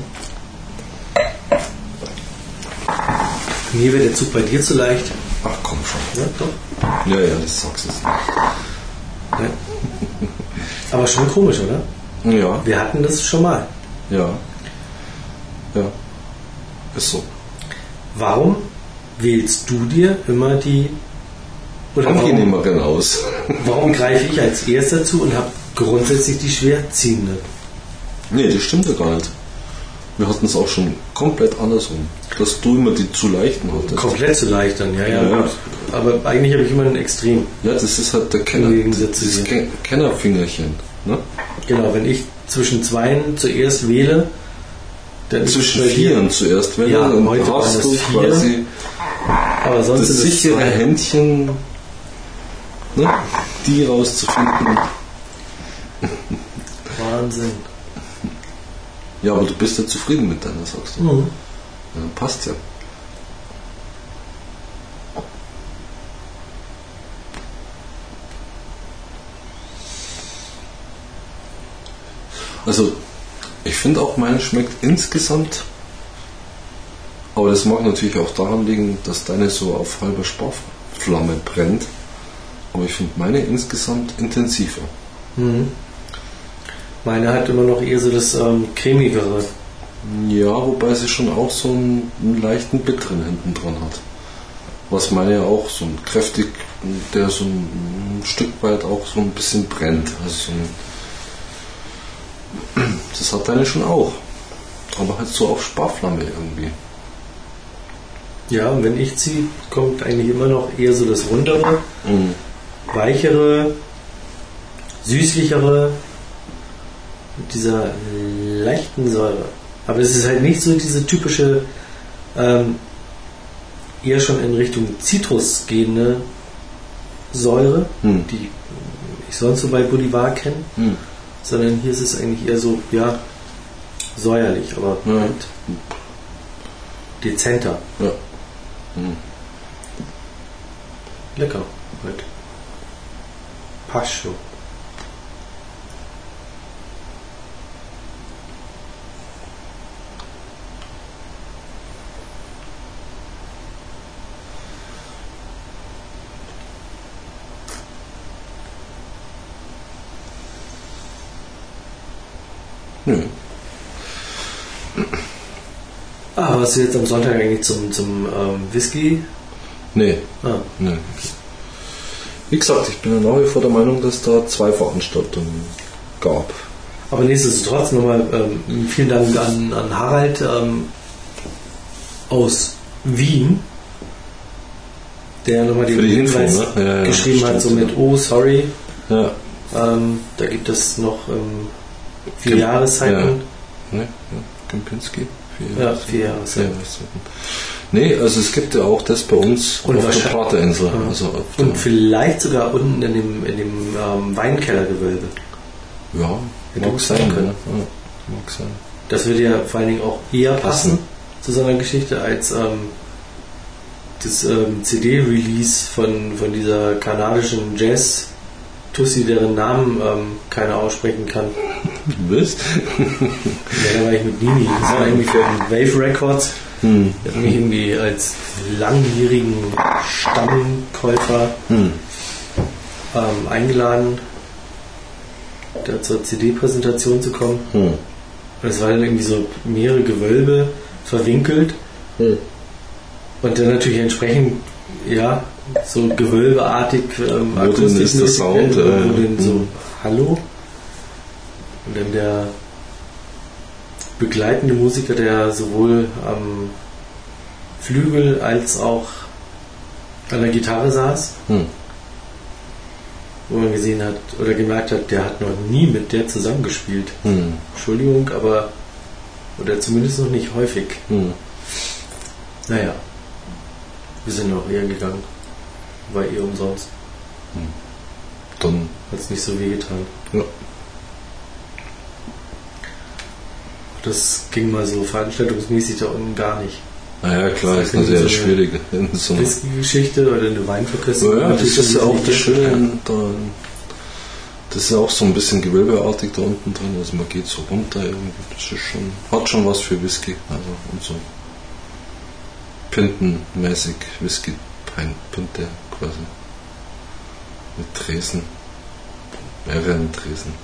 Mir wird der Zug bei dir zu leicht. Ach komm schon. Ja, doch. Ja, ja, das sagst du jetzt Ja. Aber schon komisch, oder? nicht. Ja, Wir hatten das schon mal. ja. Ja. Ist so. Warum wählst du dir immer die... Oder warum, Angenehmeren aus. warum greife ich als Erster zu und habe grundsätzlich die schwerziehende? Nee, das stimmt ja gar nicht. Wir hatten es auch schon komplett andersrum. Dass du immer die zu leichten hattest. Komplett zu leicht dann, ja, ja. Ja, ja. Gut. Aber eigentlich habe ich immer ein Extrem. Ja, das ist halt der Kenner. Im Gegensatz zu Das dir. Ke- Kennerfingerchen. Ne? Genau, wenn ich zwischen zweien zuerst wähle, dann ist Zwischen es bei dir- Vieren zuerst, wenn Ja, dann heute waren hast es du vier. quasi Aber sonst das sind es sichere zwei. Händchen, ne? Die rauszufinden. Wahnsinn. Ja, aber du bist ja zufrieden mit deiner, sagst du. Mhm. Ja, passt ja. Also, ich finde auch, meine schmeckt insgesamt, aber das mag natürlich auch daran liegen, dass deine so auf halber Sparflamme brennt. Aber ich finde meine insgesamt intensiver. Mhm. Meine hat immer noch eher so das ähm, cremigere. Ja, wobei sie schon auch so einen, einen leichten Bitteren hinten dran hat. Was meine ja auch so ein kräftig, der so ein, ein Stück weit auch so ein bisschen brennt. Also so ein, das hat deine schon auch. Aber halt so auf Sparflamme irgendwie. Ja, und wenn ich ziehe, kommt eigentlich immer noch eher so das rundere, Mhm. weichere, süßlichere, mit dieser leichten Säure. Aber es ist halt nicht so diese typische, ähm, eher schon in Richtung Zitrus gehende Säure, Hm. die ich sonst so bei Bolivar kenne, Mhm. sondern hier ist es eigentlich eher so, ja, säuerlich, aber Ja. halt dezenter. Ja. Mhm. Lecker. Halt. Pascho. Nö. Ah, was jetzt am Sonntag eigentlich zum, zum ähm, Whisky? Nee. Ah, Nee. Wie gesagt, ich bin ja nach wie vor der Meinung, dass da zwei Veranstaltungen gab. aber nichtsdestotrotz nochmal ähm, vielen Dank an, an Harald ähm, aus Wien, der nochmal den Für die Info, Hinweis ne? Ja, ja, geschrieben stimmt, hat, so ja. mit oh, sorry, Ja. ähm, da gibt es noch ähm, vier Gem- Jahreszeiten. Ne? Ja. Kempinski? Vier Ja, vier Jahreszeiten. Ja, nee, also es gibt ja auch das bei uns Und auf der wahrscheinlich- Praterinsel. Ja. Also auf Und der, vielleicht sogar unten in dem, in dem ähm, Weinkellergewölbe. ja, Hätte mag gut sein. sein Ja. können. Ja, mag sein. Das würde ja vor allen Dingen auch eher passen zu so einer Geschichte als ähm, das ähm, C D-Release von, von dieser kanadischen Jazz-Tussi, deren Namen ähm, keiner aussprechen kann. Du bist? Ja, da war ich mit Nini. Das war irgendwie für Wave Records. Hm. Der hat mich irgendwie als langjährigen Stammkäufer Hm. ähm, eingeladen, da zur C D-Präsentation zu kommen. Hm. Und es waren dann irgendwie so mehrere Gewölbe verwinkelt Hm. und dann natürlich entsprechend, ja, so gewölbeartig ähm, Wo denn ist der akustikmäßig, Sound, äh, wo äh, denn so hm. Hallo und dann der begleitende Musiker, der sowohl am Flügel als auch an der Gitarre saß, Hm. wo man gesehen hat oder gemerkt hat, der hat noch nie mit der zusammengespielt. Hm. Entschuldigung, aber oder zumindest noch nicht häufig. Hm. Naja, wir sind noch eher gegangen. War eh umsonst. Dann hat es nicht so weh getan. Ja. Das ging mal so veranstaltungsmäßig da unten gar nicht. Naja, klar, das ist eine sehr so schwierige so Whisky-Geschichte oder eine Weinverköstigung. Ja, das ist ja auch das Schöne. Da, das ist ja auch so ein bisschen gewölbeartig da unten drin. Also man geht so runter irgendwie. Das ist schon, hat schon was für Whisky. Also und so pintenmäßig Whisky, Pinte quasi. Mit Tresen. Mehreren Tresen.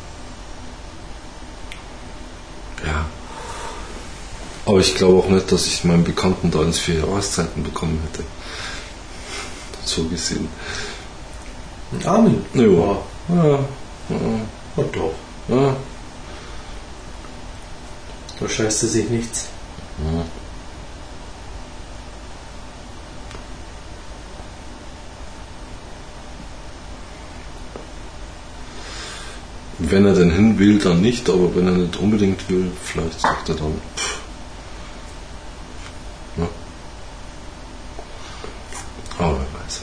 Ja. Aber ich glaube auch nicht, dass ich meinen Bekannten da ins vier Jahreszeiten bekommen hätte. So gesehen. Amen. Ja. Ja. Ja. Ja, doch. Ja. Da scheißt er sich nichts. Ja. Wenn er denn hin will, dann nicht, aber wenn er nicht unbedingt will, vielleicht sagt er dann, pff. Ja. Aber wer weiß.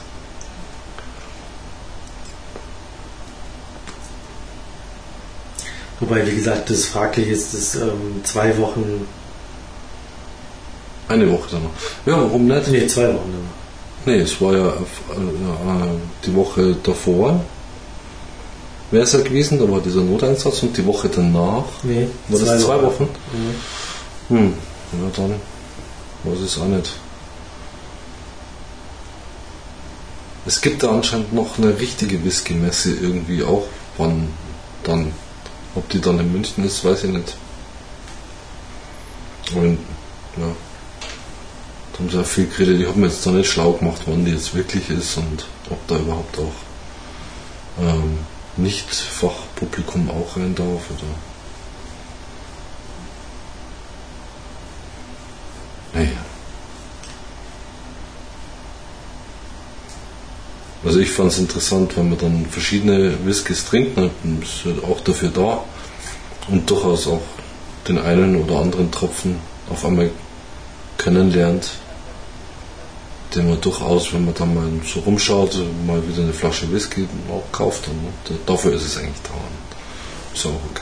Wobei, wie gesagt, das fraglich ist, dass ähm, zwei Wochen... Eine Woche dann noch. Ja, warum nicht? Nee, zwei Wochen dann. Nee, es war ja äh, die Woche davor. Wäre es ja gewesen, da war dieser Noteinsatz und die Woche danach. Nee, war das zwei Wochen? Wochen? Mhm. Hm, ja dann weiß ich es auch nicht. Es gibt da anscheinend noch eine richtige Whisky-Messe irgendwie auch. Wann dann? Ob die dann in München ist, weiß ich nicht. Und, ja. Da haben sie auch viel geredet. Ich habe mir jetzt da nicht schlau gemacht, wann die jetzt wirklich ist und ob da überhaupt auch ähm, Nicht-Fachpublikum auch rein darf oder. Naja. Also ich fand es interessant, wenn man dann verschiedene Whiskys trinkt, dann ist halt auch dafür da und durchaus auch den einen oder anderen Tropfen auf einmal kennenlernt, den man durchaus, wenn man dann mal so rumschaut, mal wieder eine Flasche Whisky auch kauft. Und dafür ist es eigentlich da. Ist auch okay.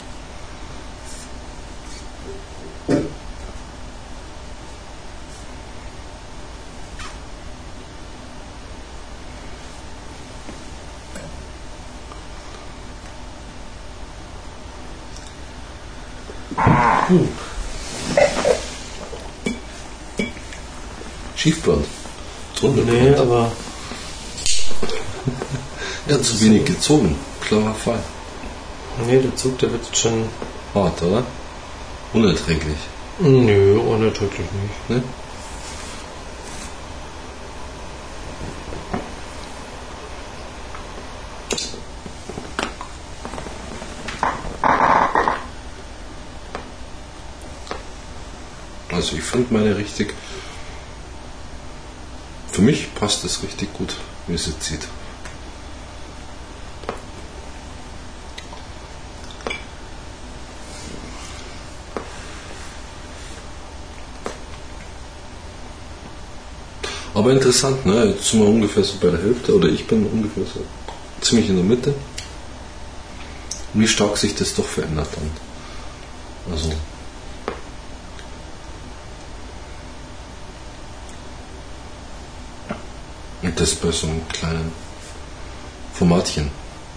Hm. Schiefbrand. Nee, aber. Er hat zu wenig gezogen. Klarer Fall. Nee, der Zug, der wird jetzt schon. Hart, oder? Unerträglich. Nö, unerträglich nicht. Ne? Also ich finde meine richtig, für mich passt es richtig gut, wie sie zieht. Aber interessant, ne? Jetzt sind wir ungefähr so bei der Hälfte, oder ich bin ungefähr so ziemlich in der Mitte. Wie stark sich das doch verändert dann. Also und das bei so einem kleinen Formatchen.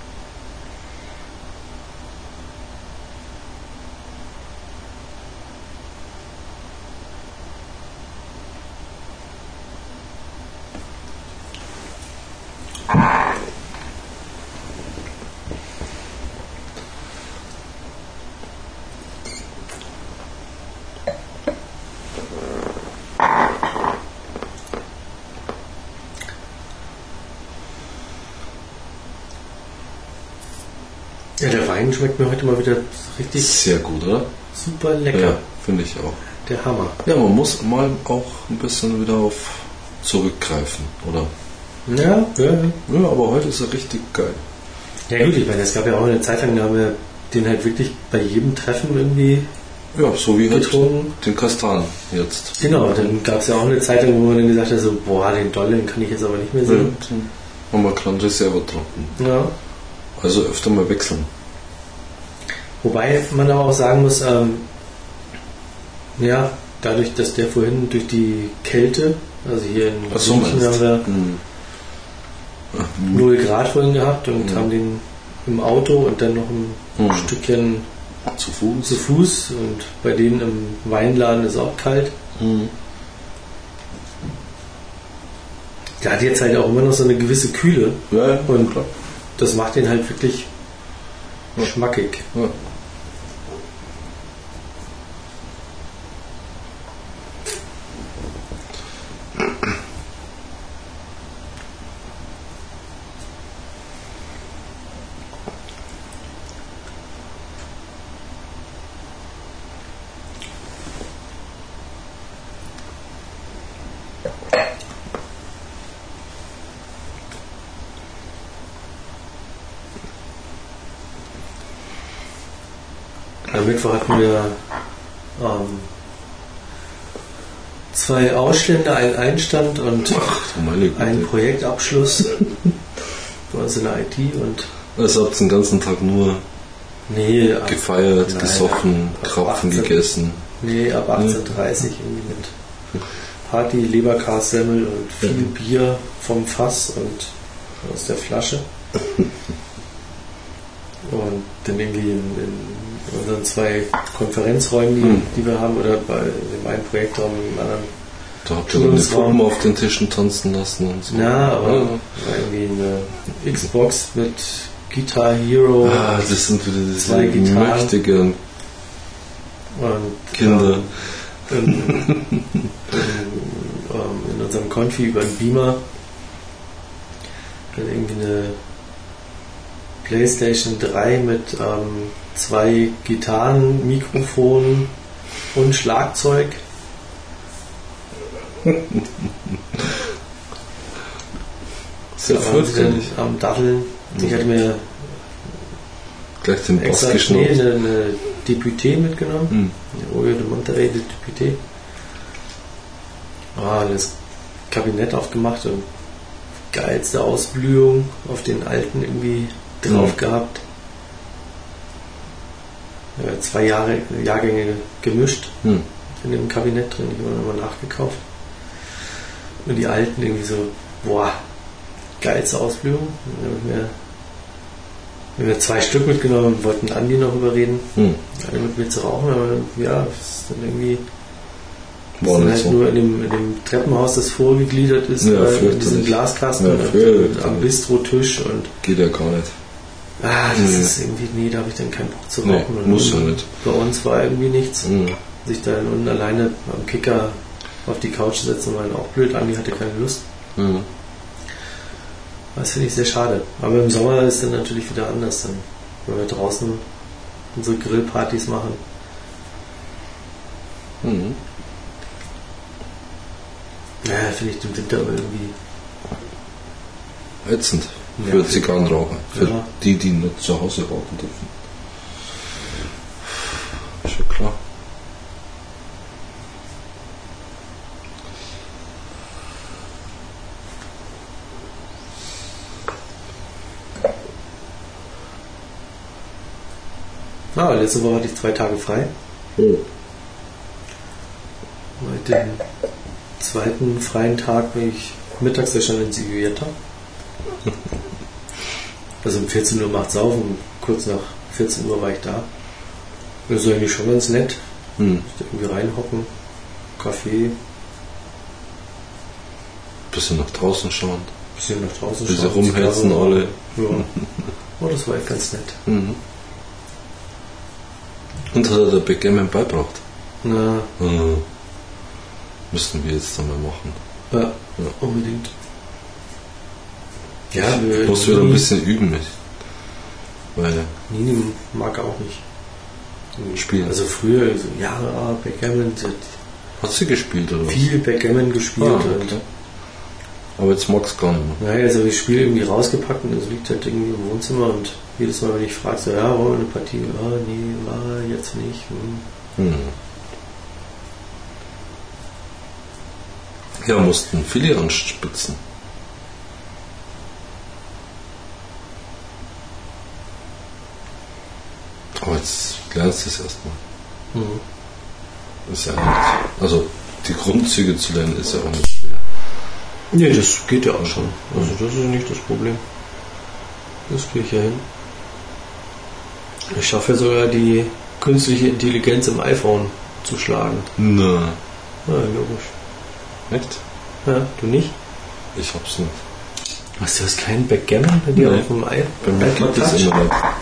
Ja, der Wein schmeckt mir heute mal wieder richtig sehr gut, oder? Super lecker. Ja, finde ich auch. Der Hammer. Ja, man muss mal auch ein bisschen wieder auf zurückgreifen, oder? Ja, ja, ja. Ja, aber heute ist er richtig geil. Ja gut, ich meine, es gab ja auch eine Zeit lang, da haben wir den halt wirklich bei jedem Treffen irgendwie ja, so wie getrunken. Halt den Kastan jetzt. Genau, dann gab es ja auch eine Zeit lang, wo man dann gesagt hat, so, boah, den Doll, den kann ich jetzt aber nicht mehr sehen. Ja. Und man kann Reserve trocken. Ja. Also öfter mal wechseln. Wobei man aber auch sagen muss, ähm, ja, dadurch, dass der vorhin durch die Kälte, also hier in Ach so, München haben wir hm. null Grad vorhin gehabt und Mhm. haben den im Auto und dann noch ein Mhm. Stückchen Zu Fuß. zu Fuß und bei denen im Weinladen ist auch kalt. Mhm. Der hat jetzt halt auch immer noch so eine gewisse Kühle Ja, ja, und klar. das macht den halt wirklich Ja. schmackig. Ja. Am Mittwoch hatten wir ähm, zwei Ausstände, einen Einstand und Ach du meine Güte. einen Projektabschluss bei uns in der I T und Also habt ihr den ganzen Tag nur nee, ab, gefeiert, Nein, gesoffen, ab Krapfen achtzehn gegessen. nee, ab achtzehn Uhr dreißig irgendwie mit Party, Leberkassemmel und viel Ja. Bier vom Fass und aus der Flasche. Und dann irgendwie in, in unseren zwei Konferenzräumen, die, Mhm. die wir haben, oder bei dem einen Projektraum, im anderen. Da habt ihr dann die Schulungsraum. Puppen auf den Tischen tanzen lassen und so. Ja, aber Ja. war irgendwie eine Xbox mit Guitar Hero Ah, das sind wieder diese Zwei Gitarren. mächtigen und Kinder. ähm, in, in, ähm, in unserem Konfi über den Beamer dann irgendwie eine PlayStation drei mit ähm, zwei Gitarren, Mikrofonen und Schlagzeug. Sehr Da waren sie dann fürchterlich. am Datteln. Ich hatte mir Gleich den Bass extra nee, geschnappt. eine, eine Deputé mitgenommen. Hm. Die Oyo de Monterrey de Deputé. Ah, das Kabinett aufgemacht und geilste Ausblühung auf den alten irgendwie drauf Mhm. gehabt. Ja, zwei Jahre, Jahrgänge gemischt Hm. in dem Kabinett drin. Ich habe nochmal nachgekauft. Und die alten irgendwie so, boah, geilste Ausblühung. Dann habe ich mir, haben wir zwei Stück mitgenommen und wollten Andi noch überreden, Hm. eine mit mir zu rauchen, aber ja, das ist dann irgendwie War dann nicht halt so. nur in dem, in dem Treppenhaus, das vorgegliedert ist, Ja, äh, in fürchterlich. diesem Glaskasten Ja, und fürchterlich. am Bistrotisch und Geht ja gar nicht. ah, das Nee. ist irgendwie, nee, da habe ich dann keinen Bock zu Nee, rauchen. und muss ja unten nicht. Bei uns war irgendwie nichts. Hm. Sich da unten alleine am Kicker auf die Couch setzen, war dann auch blöd. Andi hatte keine Lust. Hm. Das finde ich sehr schade. Aber im Sommer ist dann natürlich wieder anders, dann, wenn wir draußen unsere Grillpartys machen. Hm. Naja, finde ich den Winter aber irgendwie. Ätzend. Ja. Für Zigarrenraucher. Für Ja. die, die nicht zu Hause rauchen dürfen. Schon klar. Ah, letzte Woche hatte ich zwei Tage frei. Oh. Mit dem zweiten freien Tag bin ich mittags ja schon in Siguieta. Also um vierzehn Uhr macht's auf und kurz nach vierzehn Uhr war ich da. Das ist eigentlich schon ganz nett. Hm. Irgendwie reinhocken, Kaffee, Bisschen nach draußen schauen. bisschen nach draußen Bisschen schauen, rumhetzen Zigarre. alle. Ja. Oh, das war echt ganz nett. Mhm. Und hat er der Backgammon beibracht? Na, Äh, müssen wir jetzt einmal machen. ja, Ja. unbedingt. Ja, wir Ich muss wieder ein bisschen üben. Mit. Weil, Nini mag er auch nicht. Spielen. Also früher, so Jahre, ah, Backgammon, sie hat hat sie gespielt oder was? viel Backgammon gespielt. Ah, und okay. Aber jetzt mag es gar nicht mehr. naja, also das Spiel irgendwie rausgepackt und es liegt halt irgendwie im Wohnzimmer und jedes Mal, wenn ich frage, so, ja, wollen wir eine Partie? Ah, nee, ah, jetzt nicht. Hm. Hm. Ja, mussten viele anspitzen. jetzt lernst du es erstmal. Mhm. Ist ja nicht. Also die Grundzüge zu lernen ist ja auch nicht schwer. Nee, das geht ja auch schon. Also das ist nicht das Problem. Das kriege ich ja hin. Ich schaffe ja sogar die künstliche Intelligenz im iPhone zu schlagen. Na. Ja, logisch. Echt? Ja, du nicht? Ich hab's nicht. Was, du hast keinen Backgammon bei dir Nee. auf dem iPhone? Bei mir geht das immer da.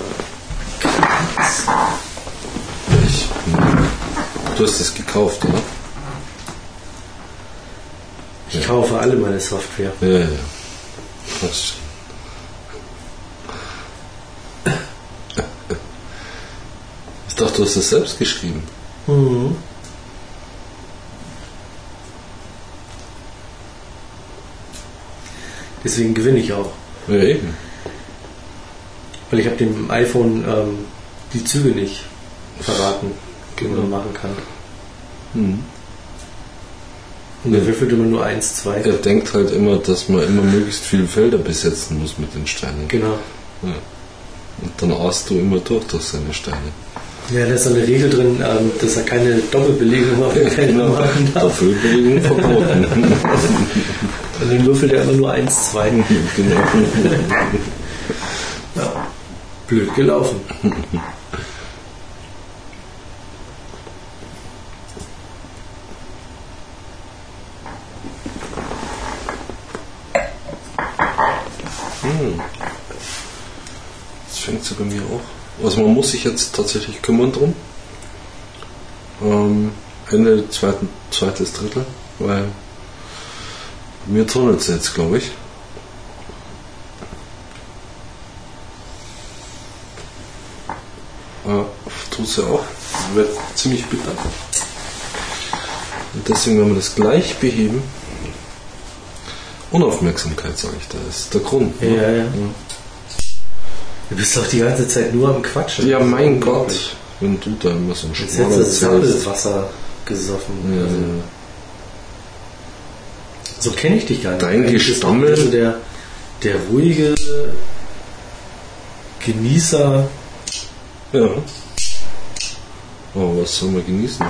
Ich, du hast es gekauft, oder? Ich Ja. kaufe alle meine Software. Ja, ja. Was? Ich dachte, du hast es selbst geschrieben. Mhm. Deswegen gewinne ich auch. Ja, eben. Weil ich habe dem iPhone ähm, die Züge nicht verraten, die man Genau. machen kann. Hm. Und der würfelt immer nur eins, zwei. Er denkt halt immer, dass man immer möglichst viele Felder besetzen muss mit den Steinen. Genau. Ja. Und dann aust du immer durch durch seine Steine. Ja, da ist so eine Regel drin, ähm, dass er keine Doppelbelegung auf dem Feld machen darf. Doppelbelegung verboten. Und dann würfelt er immer nur eins, zwei. Genau. Ja. Blöd gelaufen. Hm. Das fängt so bei mir auch. Also man muss sich jetzt tatsächlich kümmern drum. Ähm, Ende zweiten, zweites Drittel, weil mir tunnelt es jetzt, glaube ich. Äh, tut es ja auch. Wird ziemlich bitter. Und deswegen werden wir das gleich beheben. Unaufmerksamkeit, sage ich, da ist der Grund. Ja, ja, ja. Du bist doch die ganze Zeit nur am Quatschen. Ja, mein Gott, wenn du da immer so ein Jetzt Schmarrn hättest du das erzählst. Sabelwasser gesoffen. Ja, Also, ja. so kenne ich dich gar nicht. Dein Eigentlich bist du Gestammel- so der, der ruhige Genießer. Ja. Oh, was soll man genießen?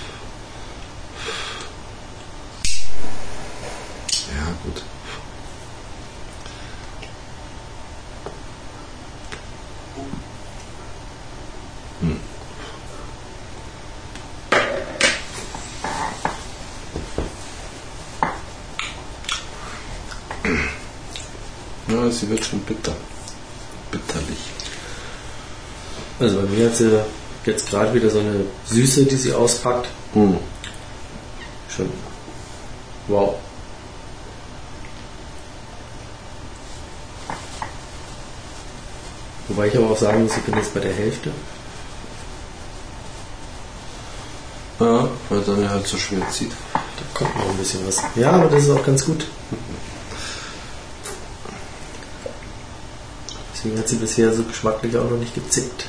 Ja, gut. Hm. Ja, sie wird schon bitter. Bitterlich. Also bei mir hat sie jetzt gerade wieder so eine Süße, die sie auspackt. Hm. Schon. Wow. Wobei ich aber auch sagen muss, ich bin jetzt bei der Hälfte. Ja, weil dann er halt so schwer zieht. Da kommt noch ein bisschen was. Ja, aber das ist auch ganz gut. Deswegen hat sie bisher so geschmacklich auch noch nicht gezickt.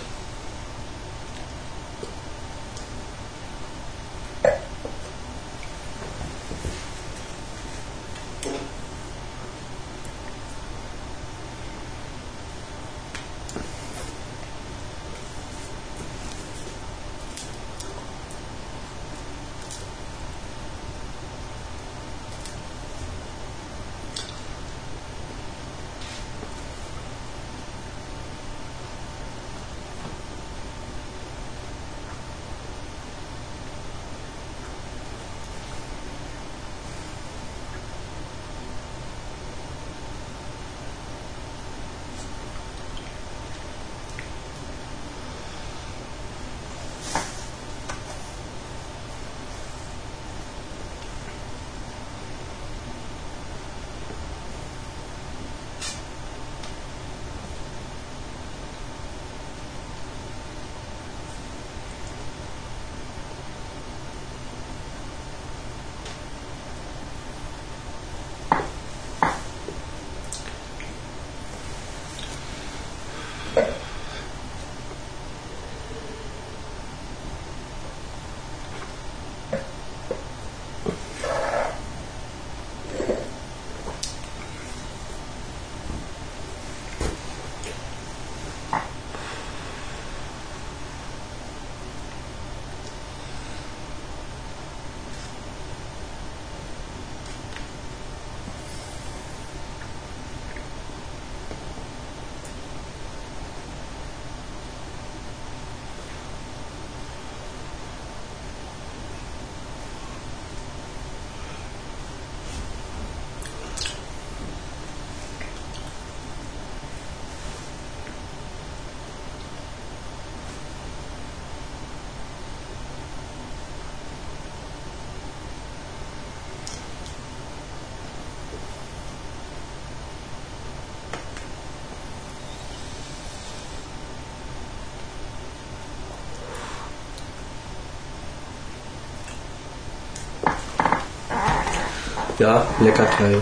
Ja, lecker Teil.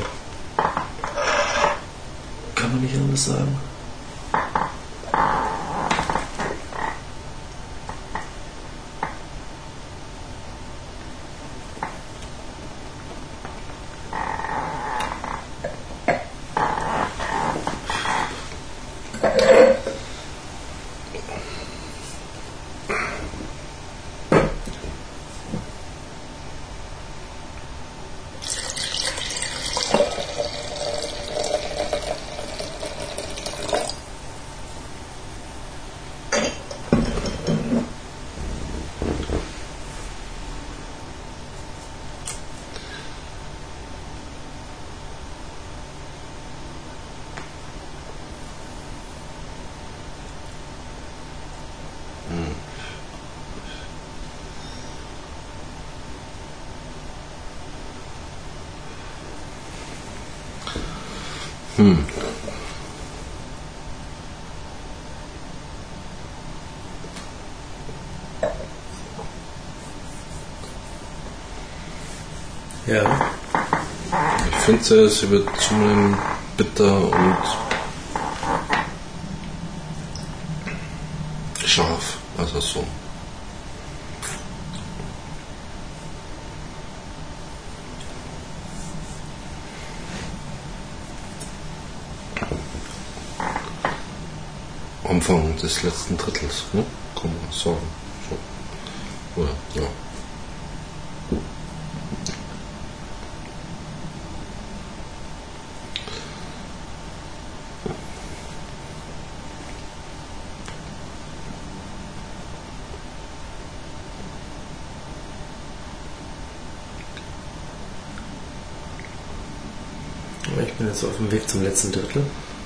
Kann man nicht anders sagen. Hm. Ja. Ich finde, es wird zunehmend bitter und scharf, also so. Anfang des letzten Drittels, ne? Kann man sagen. So. Oder, ja. Ich bin jetzt auf dem Weg zum letzten Drittel.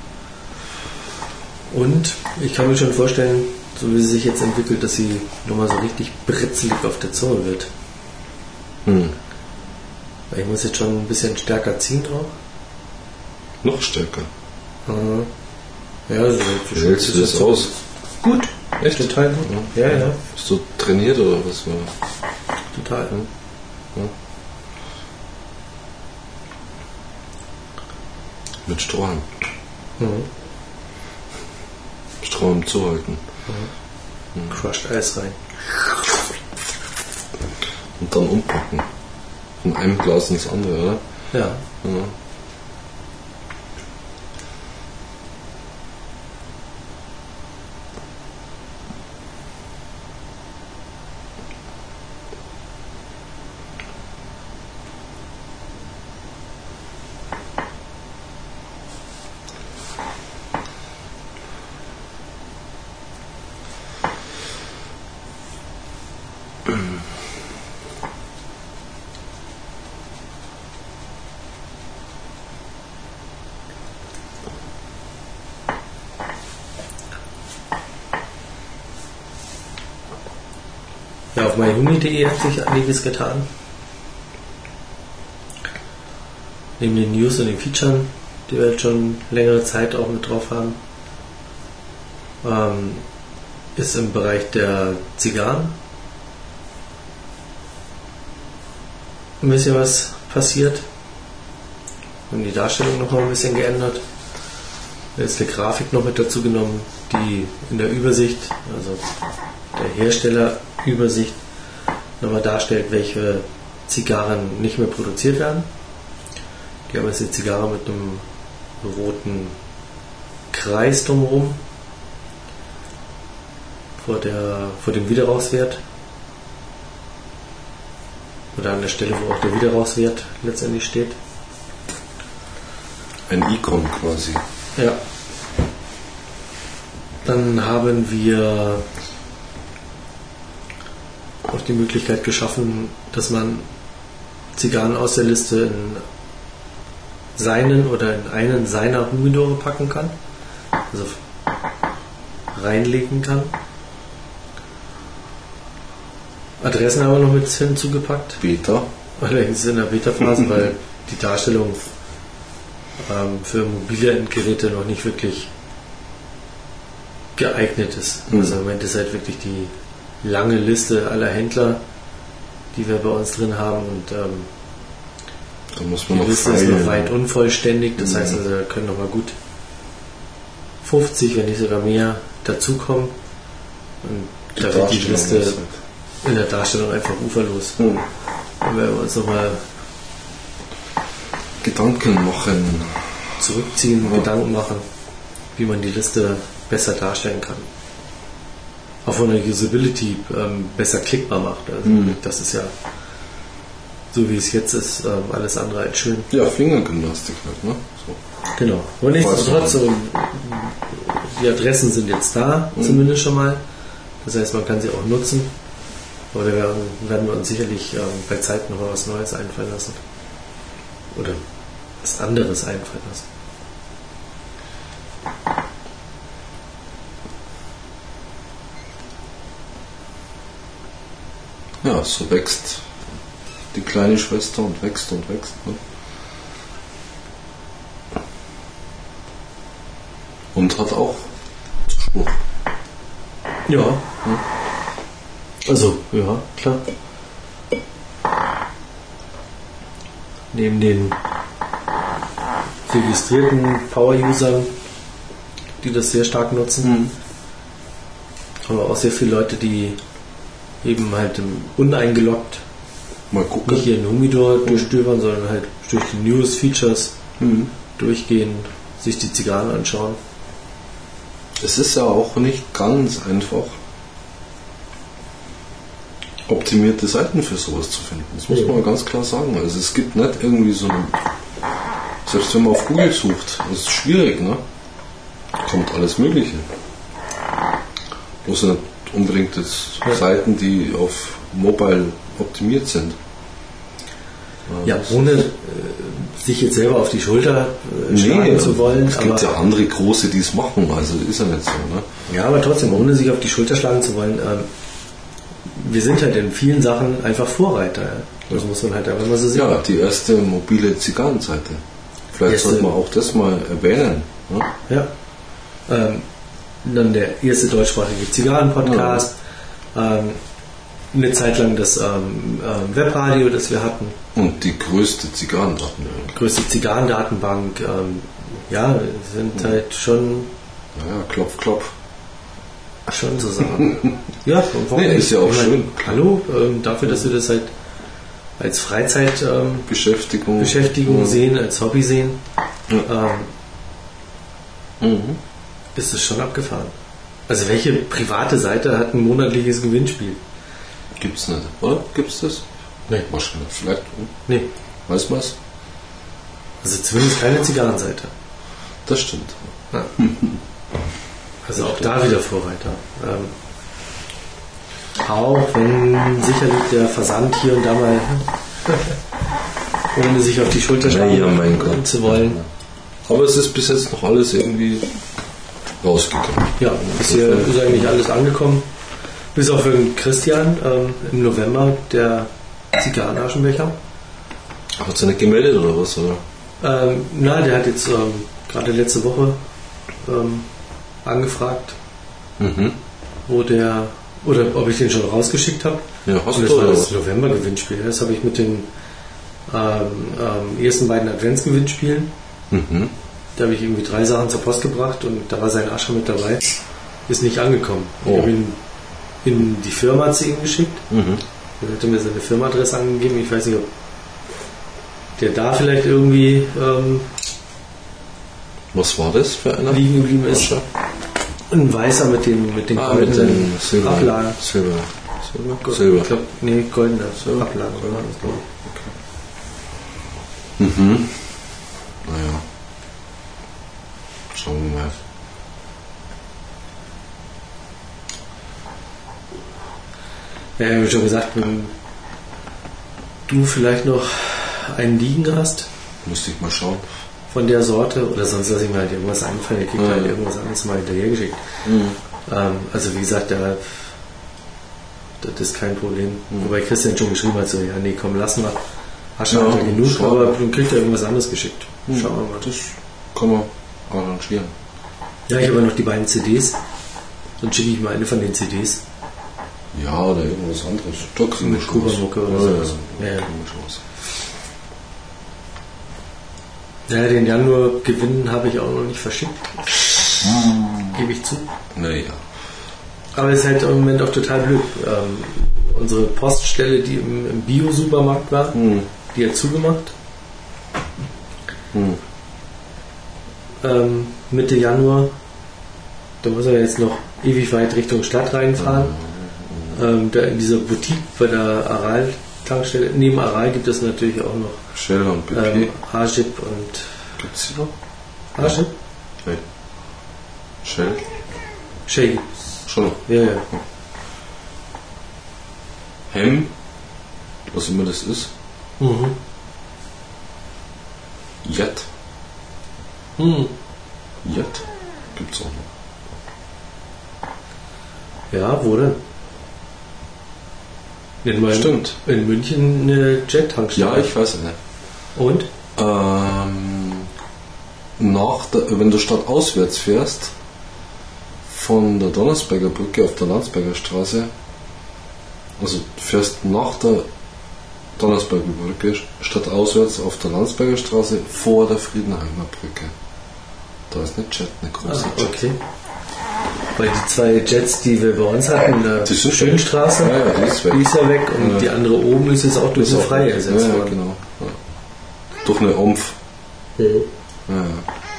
Und ich kann mir schon vorstellen, so wie sie sich jetzt entwickelt, dass sie nochmal so richtig britzelig auf der Zunge wird. Hm. Weil ich muss jetzt schon ein bisschen stärker ziehen drauf. Noch stärker? Mhm. Ja, also wie hältst du das so aus? Gut. Echt? Total gut. Ja, ja. ja. Bist du trainiert oder was war? Total. Hm? Ja. Mit Strohhalm. Mhm. Strohhalm zuhalten. Mhm. Mhm. Crushed Eis rein. Und dann umpacken. Von einem Glas ins andere, oder? Ja. Ja. Ja, auf myhumi punkt de hat sich einiges getan. Neben den News und den Features, die wir jetzt schon längere Zeit auch mit drauf haben, ähm, ist im Bereich der Zigarren ein bisschen was passiert. Wir haben die Darstellung noch mal ein bisschen geändert. Jetzt eine Grafik noch mit dazu genommen, die in der Übersicht, also der Herstellerübersicht, nochmal darstellt, welche Zigarren nicht mehr produziert werden. Die haben jetzt eine Zigarre mit einem roten Kreis drumherum vor, der, vor dem Widerrauchswert. Oder an der Stelle, wo auch der Widerrauchswert letztendlich steht. Ein Icon quasi. Ja. Dann haben wir auch die Möglichkeit geschaffen, dass man Zigarren aus der Liste in seinen oder in einen seiner Humidore packen kann. Also reinlegen kann. Adressen haben wir noch mit hinzugepackt. Beta. Allerdings in der Beta-Phase, weil die Darstellung ähm, für mobile Endgeräte noch nicht wirklich geeignet ist. Mhm. Also im Moment ist halt wirklich die lange Liste aller Händler, die wir bei uns drin haben. Und ähm, Da muss man Die noch Liste ist noch feilen. weit unvollständig, das Mhm. heißt also, da können noch mal gut fünfzig, wenn nicht sogar mehr, dazukommen. Und Die da wird die Darstellung Liste ist halt- in der Darstellung einfach uferlos. Mhm. Dann werden wir uns nochmal Gedanken machen. zurückziehen, Ja. Gedanken machen, wie man die Liste besser darstellen kann. Auch von der Usability ähm, besser klickbar macht. Also Mhm. das ist ja, so wie es jetzt ist, ähm, alles andere als schön. Ja, Fingergymnastik halt, ne? So. Genau. Und nichtsdestotrotz, so, die Adressen sind jetzt da, Mhm. zumindest schon mal. Das heißt, man kann sie auch nutzen. Aber da werden, werden wir uns sicherlich ähm, bei Zeit noch mal was Neues einfallen lassen. Oder was anderes einfallen lassen. Ja, so wächst die kleine Schwester und wächst und wächst. Ne? Und hat auch Zuspruch. Ja. Also, ja, klar. Neben den registrierten Power-Usern, die das sehr stark nutzen, Mhm. haben wir auch sehr viele Leute, die eben halt im uneingeloggt Mal gucken. nicht ihren Humidor durchstöbern, sondern halt durch die News Features Mhm. durchgehen, sich die Zigarren anschauen. Es ist ja auch nicht ganz einfach, optimierte Seiten für sowas zu finden. Das muss Ja. man ganz klar sagen. Also es gibt nicht irgendwie so ein, selbst wenn man auf Google sucht, das ist schwierig, ne? Kommt alles Mögliche. Bloß nicht unbedingt das Ja. Seiten, die auf Mobile optimiert sind. Ja, das- ohne äh, sich jetzt selber auf die Schulter äh, schlagen zu wollen. Es gibt aber, ja andere große, die es machen, also ist ja nicht so. Ne? ja, aber trotzdem, ohne sich auf die Schulter schlagen zu wollen, ähm, wir sind halt in vielen Sachen einfach Vorreiter. Ja? Das muss man halt einfach mal so sehen. Ja, die erste mobile Zigarrenseite. Vielleicht Erste- sollte man auch das mal erwähnen. Ne? Ja. Ähm, dann der erste deutschsprachige Zigarren-Podcast. Ähm, eine Zeit lang das ähm, ähm, Webradio, das wir hatten. Und die größte Zigarrendatenbank. Die größte Zigarrendatenbank. Ähm, ja, sind halt schon, Naja, klopf, klopf. schon so Sachen. Ja, warum Nee, nicht? ist ja auch Ich meine, schön. Hallo, ähm, dafür, dass wir das halt als Freizeitbeschäftigung ähm, Beschäftigung. Beschäftigung Ja. sehen, als Hobby sehen, ähm, Mhm. ist es schon abgefahren. Also welche private Seite hat ein monatliches Gewinnspiel? Gibt's nicht, oder? Gibt's das? Nee. Wahrscheinlich. Vielleicht. hm? Nee, Weiß man's? also zumindest keine Zigarrenseite. Das stimmt. Ja. Also auch da wieder Vorreiter. Ähm, auch wenn sicherlich der Versand hier und da mal, ohne sich auf die Schulter schlagen Ja, mein Gott. zu wollen. Aber es ist bis jetzt noch alles irgendwie rausgekommen. Ja, bisher ist eigentlich alles angekommen. Bis auf den Christian ähm, im November, der Zigarrenaschenbecher. Hat sie nicht gemeldet oder was? Oder? Ähm, na, der hat jetzt ähm, gerade letzte Woche ähm, angefragt, Mhm. wo der, oder ob ich den schon rausgeschickt habe. Ja, hast Und du das war oder das was? November-Gewinnspiel. Das habe ich mit den ähm, ähm, ersten beiden Adventsgewinnspielen. Mhm. Da habe ich irgendwie drei Sachen zur Post gebracht und da war sein Ascher mit dabei. Ist nicht angekommen. Ich Oh. habe ihn in die Firma zu ihm geschickt. Mhm. Er hatte mir seine Firmenadresse angegeben. Ich weiß nicht, ob der da vielleicht irgendwie ähm, Was war das für einer? liegen geblieben ist. Ascher? Ein weißer mit den, mit den Ah, mit goldenen den Silber. Ablagen. Silber. Silber? Go- Silber. Ich glaube, nee, goldene Silber. Ablagen. Silber. Oder? Das glaub ich. Mhm. Naja. Schauen wir mal. Ja, ich habe schon gesagt, wenn du vielleicht noch einen liegen hast Müsste ich mal schauen. von der Sorte oder sonst lasse ich mir halt irgendwas einfallen. Ich kriege Ja. halt irgendwas anderes mal hinterhergeschickt. Mhm. Ähm, also wie gesagt, der, das ist kein Problem. Mhm. Wobei Christian schon geschrieben hat, so, ja nee, komm, lass mal. Hast Ja, du ja, genug, schau. aber dann kriegt er irgendwas anderes geschickt. Mhm. Schauen wir mal. Das kann man arrangieren. Ja, ich habe ja noch die beiden C Ds. Dann schicke ich mal eine von den C Ds. Ja, oder irgendwas anderes. Da kriegen wir Mit schon was. Kuba-Mucke oder ja, sowas. Ja, Ja, ja. ja. Kriegen wir schon was. Ja, den Januar gewinnen habe ich auch noch nicht verschickt. Hm. Gebe ich zu. Naja. Aber es ist halt im Moment auch total blöd. Ähm, unsere Poststelle, die im, im Bio-Supermarkt war, Hm. die hat zugemacht. Hm. Ähm, Mitte Januar. Da muss er jetzt noch ewig weit Richtung Stadt reinfahren. Hm. Ähm, da in dieser Boutique bei der Aral-Tankstelle, neben Aral gibt es natürlich auch noch Shell und B P. ähm, Hajib und Gibt's die noch? Hajib? Nee. Shell? Shell. Schon noch. Ja, ja. Hem? Was immer das ist. Mhm. Jet? Hm. Jet? Gibt's auch noch. Ja, wo denn? In meinem, Stimmt. In München eine Jet-Tankstelle. Ja, ich weiß es nicht. Und? Ähm, nach der, wenn du statt auswärts fährst, von der Donnersberger Brücke auf der Landsberger Straße, also du fährst nach der Donnersberger Brücke statt auswärts auf der Landsberger Straße vor der Friedenheimer Brücke. Da ist eine Jet, eine große Ah, Jet. okay. Weil die zwei Jets, die wir bei uns hatten, in der Die sind Schönstraße, Ja, ja, die ist weg. die ist ja weg und Ja. die andere oben ist jetzt auch durch Ist eine auch- freie ersetzt ja, ja, worden. genau. Ja. Durch eine Ompf. Mhm. Ja, ja.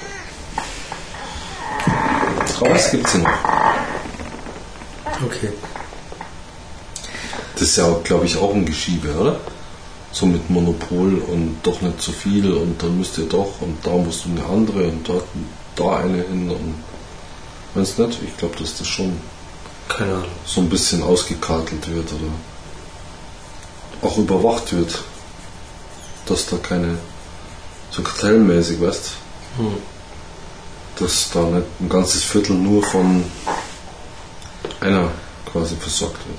Raus gibt's sie noch. Okay. Das ist ja, glaube ich, auch ein Geschiebe, oder? So mit Monopol und doch nicht zu viel und dann müsst ihr doch und da musst du eine andere und dort da eine hin und meinst du nicht? Ich glaube, dass das schon Keine Ahnung. so ein bisschen ausgekartelt wird oder auch überwacht wird, dass da keine so kartellmäßig, weißt Hm. dass da nicht ein ganzes Viertel nur von einer quasi versorgt wird.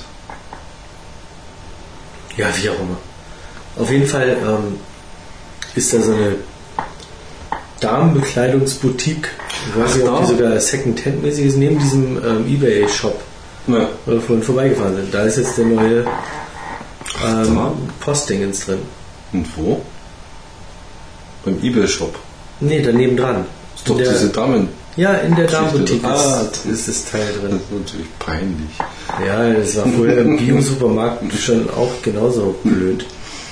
Ja, wie auch immer. Auf jeden Fall ähm, ist da so eine Damenbekleidungsboutique, ich weiß nicht, ob Ach, die da? sogar Second-Hand-mäßig ist, neben diesem ähm, Ebay-Shop, Ja. wo wir vorhin vorbeigefahren sind. Da ist jetzt der neue Ach, ähm, da? Postdingens drin. Und wo? Beim eBay-Shop. Nee, daneben dran. Ist doch In der- diese Damen. Ja, in der Geschichte. Damenboutique Ah, ist, ist das Teil Das drin. ist natürlich peinlich. Ja, das war vorher im Bio-Supermarkt schon auch genauso blöd.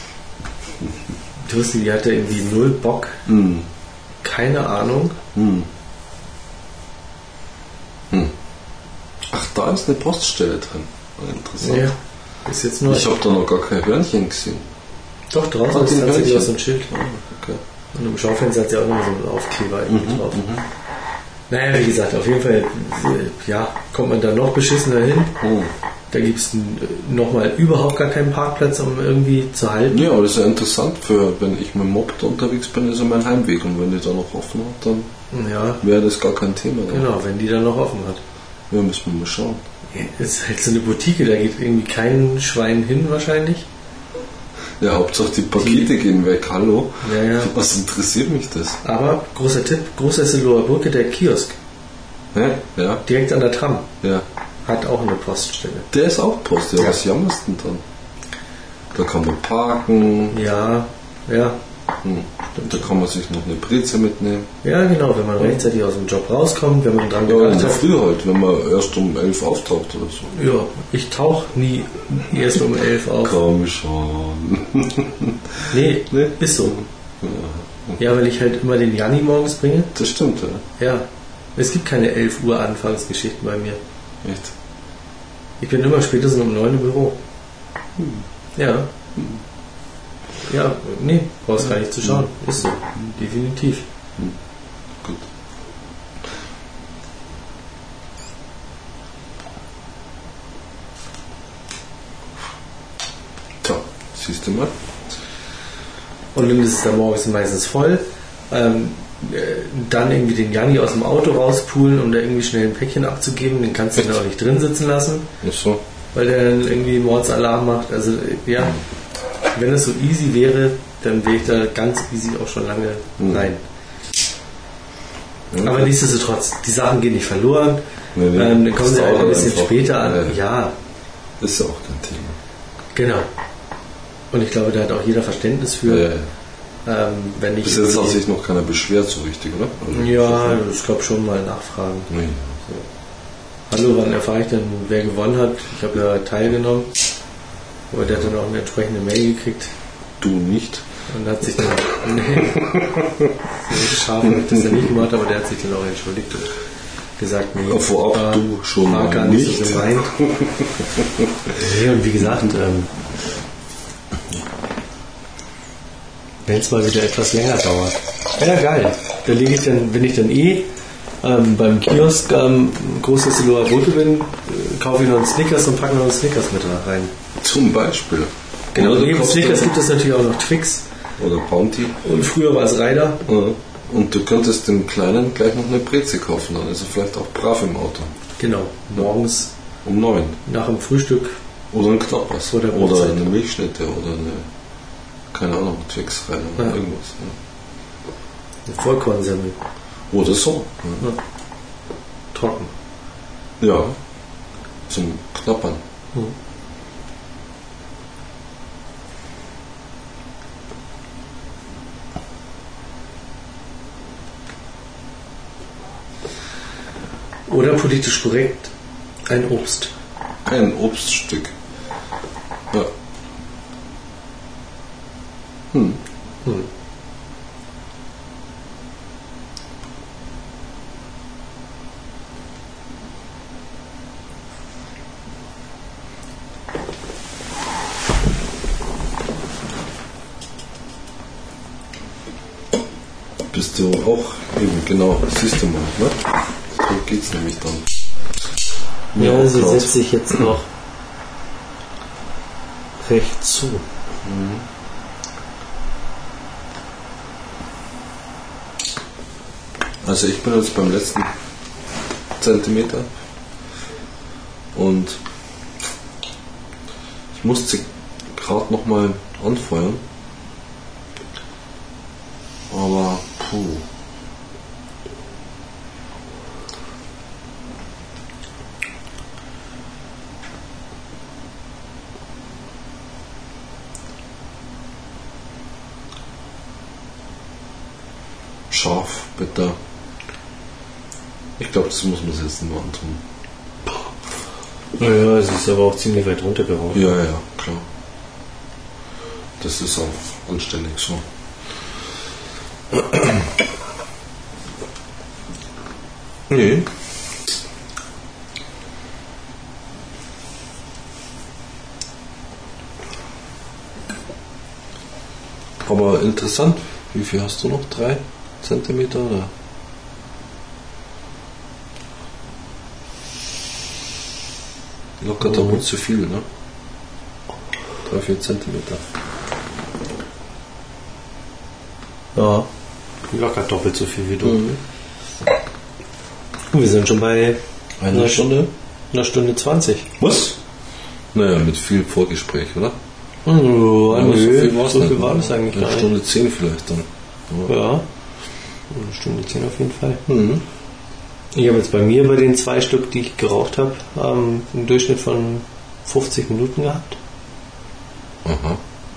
Du wusstest, die hatte irgendwie null Bock, Hm. keine Ahnung. Hm. Hm. Ach, da ist eine Poststelle drin. Interessant. Ja, ist jetzt nur. Ich habe da noch gar kein Hörnchen gesehen. Doch, draußen Ah, ist die tatsächlich Hörnchen. auch so ein Schild. Okay. Und im Schaufenster hat sie auch immer so einen Aufkleber irgendwie Mhm, drauf. Naja, wie gesagt, auf jeden Fall äh, ja, kommt man da noch beschissener hin. Hm. Da gibt es nochmal überhaupt gar keinen Parkplatz, um irgendwie zu halten. Ja, aber das ist ja interessant, für wenn ich mit dem Moped unterwegs bin, ist ja mein Heimweg. Und wenn die da noch offen hat, dann Ja, wäre das gar kein Thema. Dann. genau, wenn die dann noch offen hat. Ja, müssen wir mal schauen. Es ist halt so eine Boutique, da geht irgendwie kein Schwein hin wahrscheinlich. Ja, Hauptsache die Pakete gehen weg, hallo. Ja, ja. Was interessiert mich das? Aber, großer Tipp, Großesseloher Brücke, der Kiosk, Hä? Ja, direkt an der Tram, ja. hat auch eine Poststelle. Der ist auch Post, ja, Ja. was jammerst du denn dann? Da kann man parken, Ja, ja, hm. da kann man sich noch eine Breze mitnehmen. ja genau, wenn man rechtzeitig aus dem Job rauskommt, wenn man dran Ja, in gedacht der hat. Früh halt, wenn man erst um elf auftaucht oder so. Ja, ich tauche nie erst um elf auf. Komm schon. Nee, Nee? ist so. Ja, weil ich halt immer den Janni morgens bringe. Das stimmt, ja. Ja, es gibt keine elf Uhr Anfangsgeschichten bei mir. Echt. Ich bin immer spätestens um neun im Büro. Ja. Ja, nee, brauchst gar nicht zu schauen. Ist so. Definitiv. Gut. Tja, siehst du mal. Und dann ist es dann morgens meistens voll. Ähm, äh, dann irgendwie den Janni aus dem Auto rauspulen, um da irgendwie schnell ein Päckchen abzugeben. Den kannst du dann auch nicht drin sitzen lassen, Ach so. weil der dann irgendwie Mordsalarm macht. Also äh, ja, wenn es so easy wäre, dann wäre ich da ganz easy auch schon lange Mhm. rein. Ja, Aber nichtsdestotrotz, die Sachen gehen nicht verloren. Nee, nee. Ähm, dann kommen Das sie halt ein dauert bisschen einfach. später an. Ja. Ja, ist ja auch kein Thema. genau. Und ich glaube, da hat auch jeder Verständnis für. Ja, ja, ja. Ähm, wenn ich Bis jetzt hat sich noch keiner beschwert so richtig, oder? Also ja, ich glaube schon mal nachfragen. Nee. So. Hallo, wann erfahre ich denn, wer gewonnen hat? Ich habe ja teilgenommen. Aber der hat dann auch eine entsprechende Mail gekriegt. Du nicht? Und hat sich dann... nee, so scharf habe ich das ja nicht gemacht, aber der hat sich dann auch entschuldigt und gesagt, nee, vorab war, du schon war mal gar nicht nicht. so gemeint. Nee, und wie gesagt, ähm, wenn es mal wieder etwas länger dauert. Ja, geil. Da liege ich dann, wenn ich dann eh ähm, beim Kiosk ähm, großes Loa Rote bin, äh, kaufe ich noch einen Snickers und packe noch einen Snickers mit rein. Zum Beispiel. Genau, Oder neben kaufst Snickers du- gibt es natürlich auch noch Twix. Oder Bounty. Und früher war es Ryder. Ja. Und du könntest dem Kleinen gleich noch eine Breze kaufen, dann ist er vielleicht auch brav im Auto. Genau, morgens Um neun. nach dem Frühstück. Oder ein Knappers. Vor der Oder Brotzeit. eine Milchschnitte oder eine, keine Ahnung, Twix rein oder Ja. irgendwas. Eine Vollkornsemmel. Ja. Oder so. Ja. Trocken. ja. Zum Knappern. Mhm. Oder politisch korrekt, ein Obst. Ein Obststück. Ja. Hm. Hm. Bist du auch eben, genau, siehst du mal, ne? So geht's nämlich dann. Ja, sie Kraut. setzt sich jetzt noch recht zu. Also ich bin jetzt beim letzten Zentimeter und ich musste gerade nochmal anfeuern, aber puh. Scharf, bitter. Ich glaube, das muss man sich jetzt nicht mehr antun. Naja, sie ist aber auch ziemlich weit runtergeraucht. Ja, ja, klar. Das ist auch anständig so. Nee. Aber interessant. Wie viel hast du noch? Drei Zentimeter oder? Locker doppelt zu viel, ne? Drei, vier Zentimeter. Ja, locker doppelt so viel wie du. Mhm. Wir sind schon bei Eine Stunde? einer Stunde zwanzig. Was? Naja, mit viel Vorgespräch, oder? Oh, Ja, nö, so viel war's so nicht, viel war ne? das eigentlich Eine gar nicht. Stunde zehn vielleicht dann. Ja, eine Stunde zehn auf jeden Fall. Mhm. Ich habe jetzt bei mir bei den zwei Stück, die ich geraucht habe, ähm, einen Durchschnitt von fünfzig Minuten gehabt. Aha.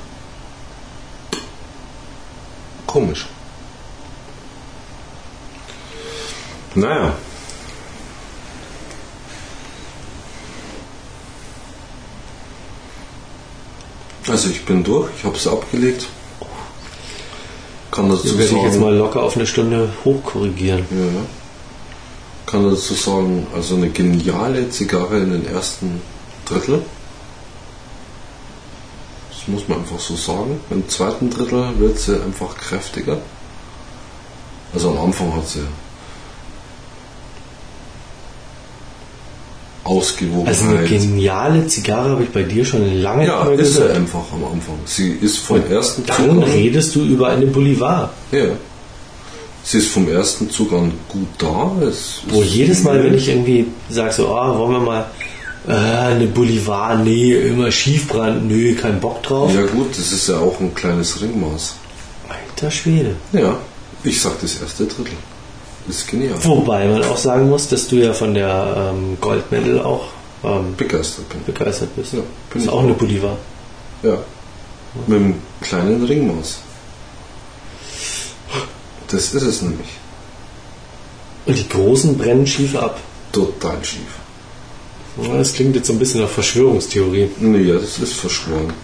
Komisch. Naja. Also ich bin durch, ich habe es abgelegt. Kann dazu Das werde ich sagen, jetzt mal locker auf eine Stunde hochkorrigieren. ja, kann dazu sagen, also eine geniale Zigarre in den ersten Drittel. Das muss man einfach so sagen. Im zweiten Drittel wird sie einfach kräftiger. Also am Anfang hat sie Ausgewogenheit. Also eine geniale Zigarre habe ich bei dir schon lange ja, nicht mehr ist sie gehört. einfach am Anfang. Sie ist vom ersten Zug Dann an, redest du über eine Bolivar. ja, sie ist vom ersten Zug an gut da. Es Wo ist jedes Mal, wenn ich irgendwie sage so, ah, wollen wir mal äh, eine Bolivar, nee, immer Schiefbrand, nö, kein Bock drauf. ja gut, das ist ja auch ein kleines Ringmaß. Alter Schwede. Ja, ich sag das erste Drittel. Das ist genial. Wobei man auch sagen muss, dass du ja von der ähm, Goldmedal auch ähm, Begeistert bin. begeistert bist. Ja, bin Das ist ich auch auch. eine Bolivar. Ja. Mit einem kleinen Ringmaß. Das ist es nämlich. Und die großen brennen schief ab. Total schief. Ja, das klingt jetzt so ein bisschen nach Verschwörungstheorie. Naja, das ist verschworen.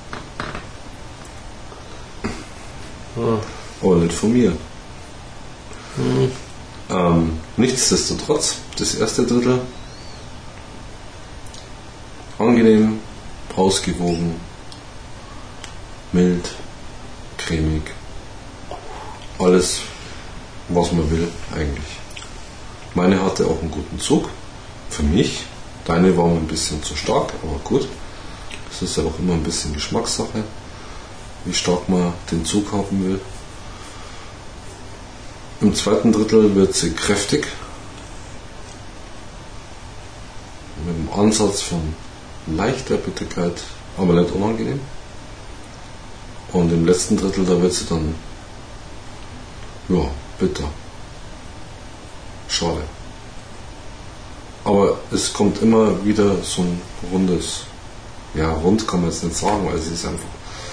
Ah. Aber nicht von mir. Hm. Ähm, nichtsdestotrotz, das erste Drittel angenehm, ausgewogen, mild, cremig. Alles, was man will, eigentlich. Meine hatte auch einen guten Zug. Für mich. Deine war ein bisschen zu stark, aber gut. Das ist ja auch immer ein bisschen Geschmackssache, wie stark man den Zug haben will. Im zweiten Drittel wird sie kräftig. Mit dem Ansatz von leichter Bitterkeit, aber nicht unangenehm. Und im letzten Drittel, da wird sie dann, ja, bitter. Schade. Aber es kommt immer wieder so ein rundes, ja, rund kann man jetzt nicht sagen, weil sie ist einfach,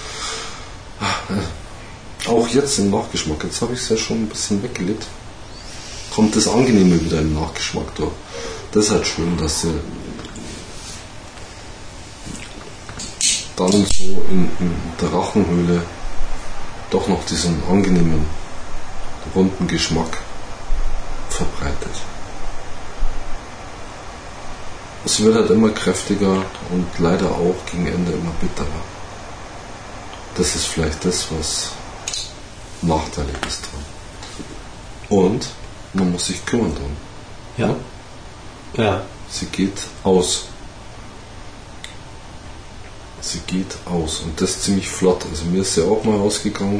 auch jetzt im Nachgeschmack, jetzt habe ich es ja schon ein bisschen weggelebt, kommt das Angenehme wieder im Nachgeschmack durch. Das ist halt schön, dass sie dann so in, in der Rachenhöhle doch noch diesen angenehmen, runden Geschmack verbreitet. Es wird halt immer kräftiger und leider auch gegen Ende immer bitterer. Das ist vielleicht das, was nachteilig ist dran. Und man muss sich kümmern dran. Ja. Ja. Sie geht aus. Sie geht aus. Und das ziemlich flott. Also mir ist sie auch mal ausgegangen.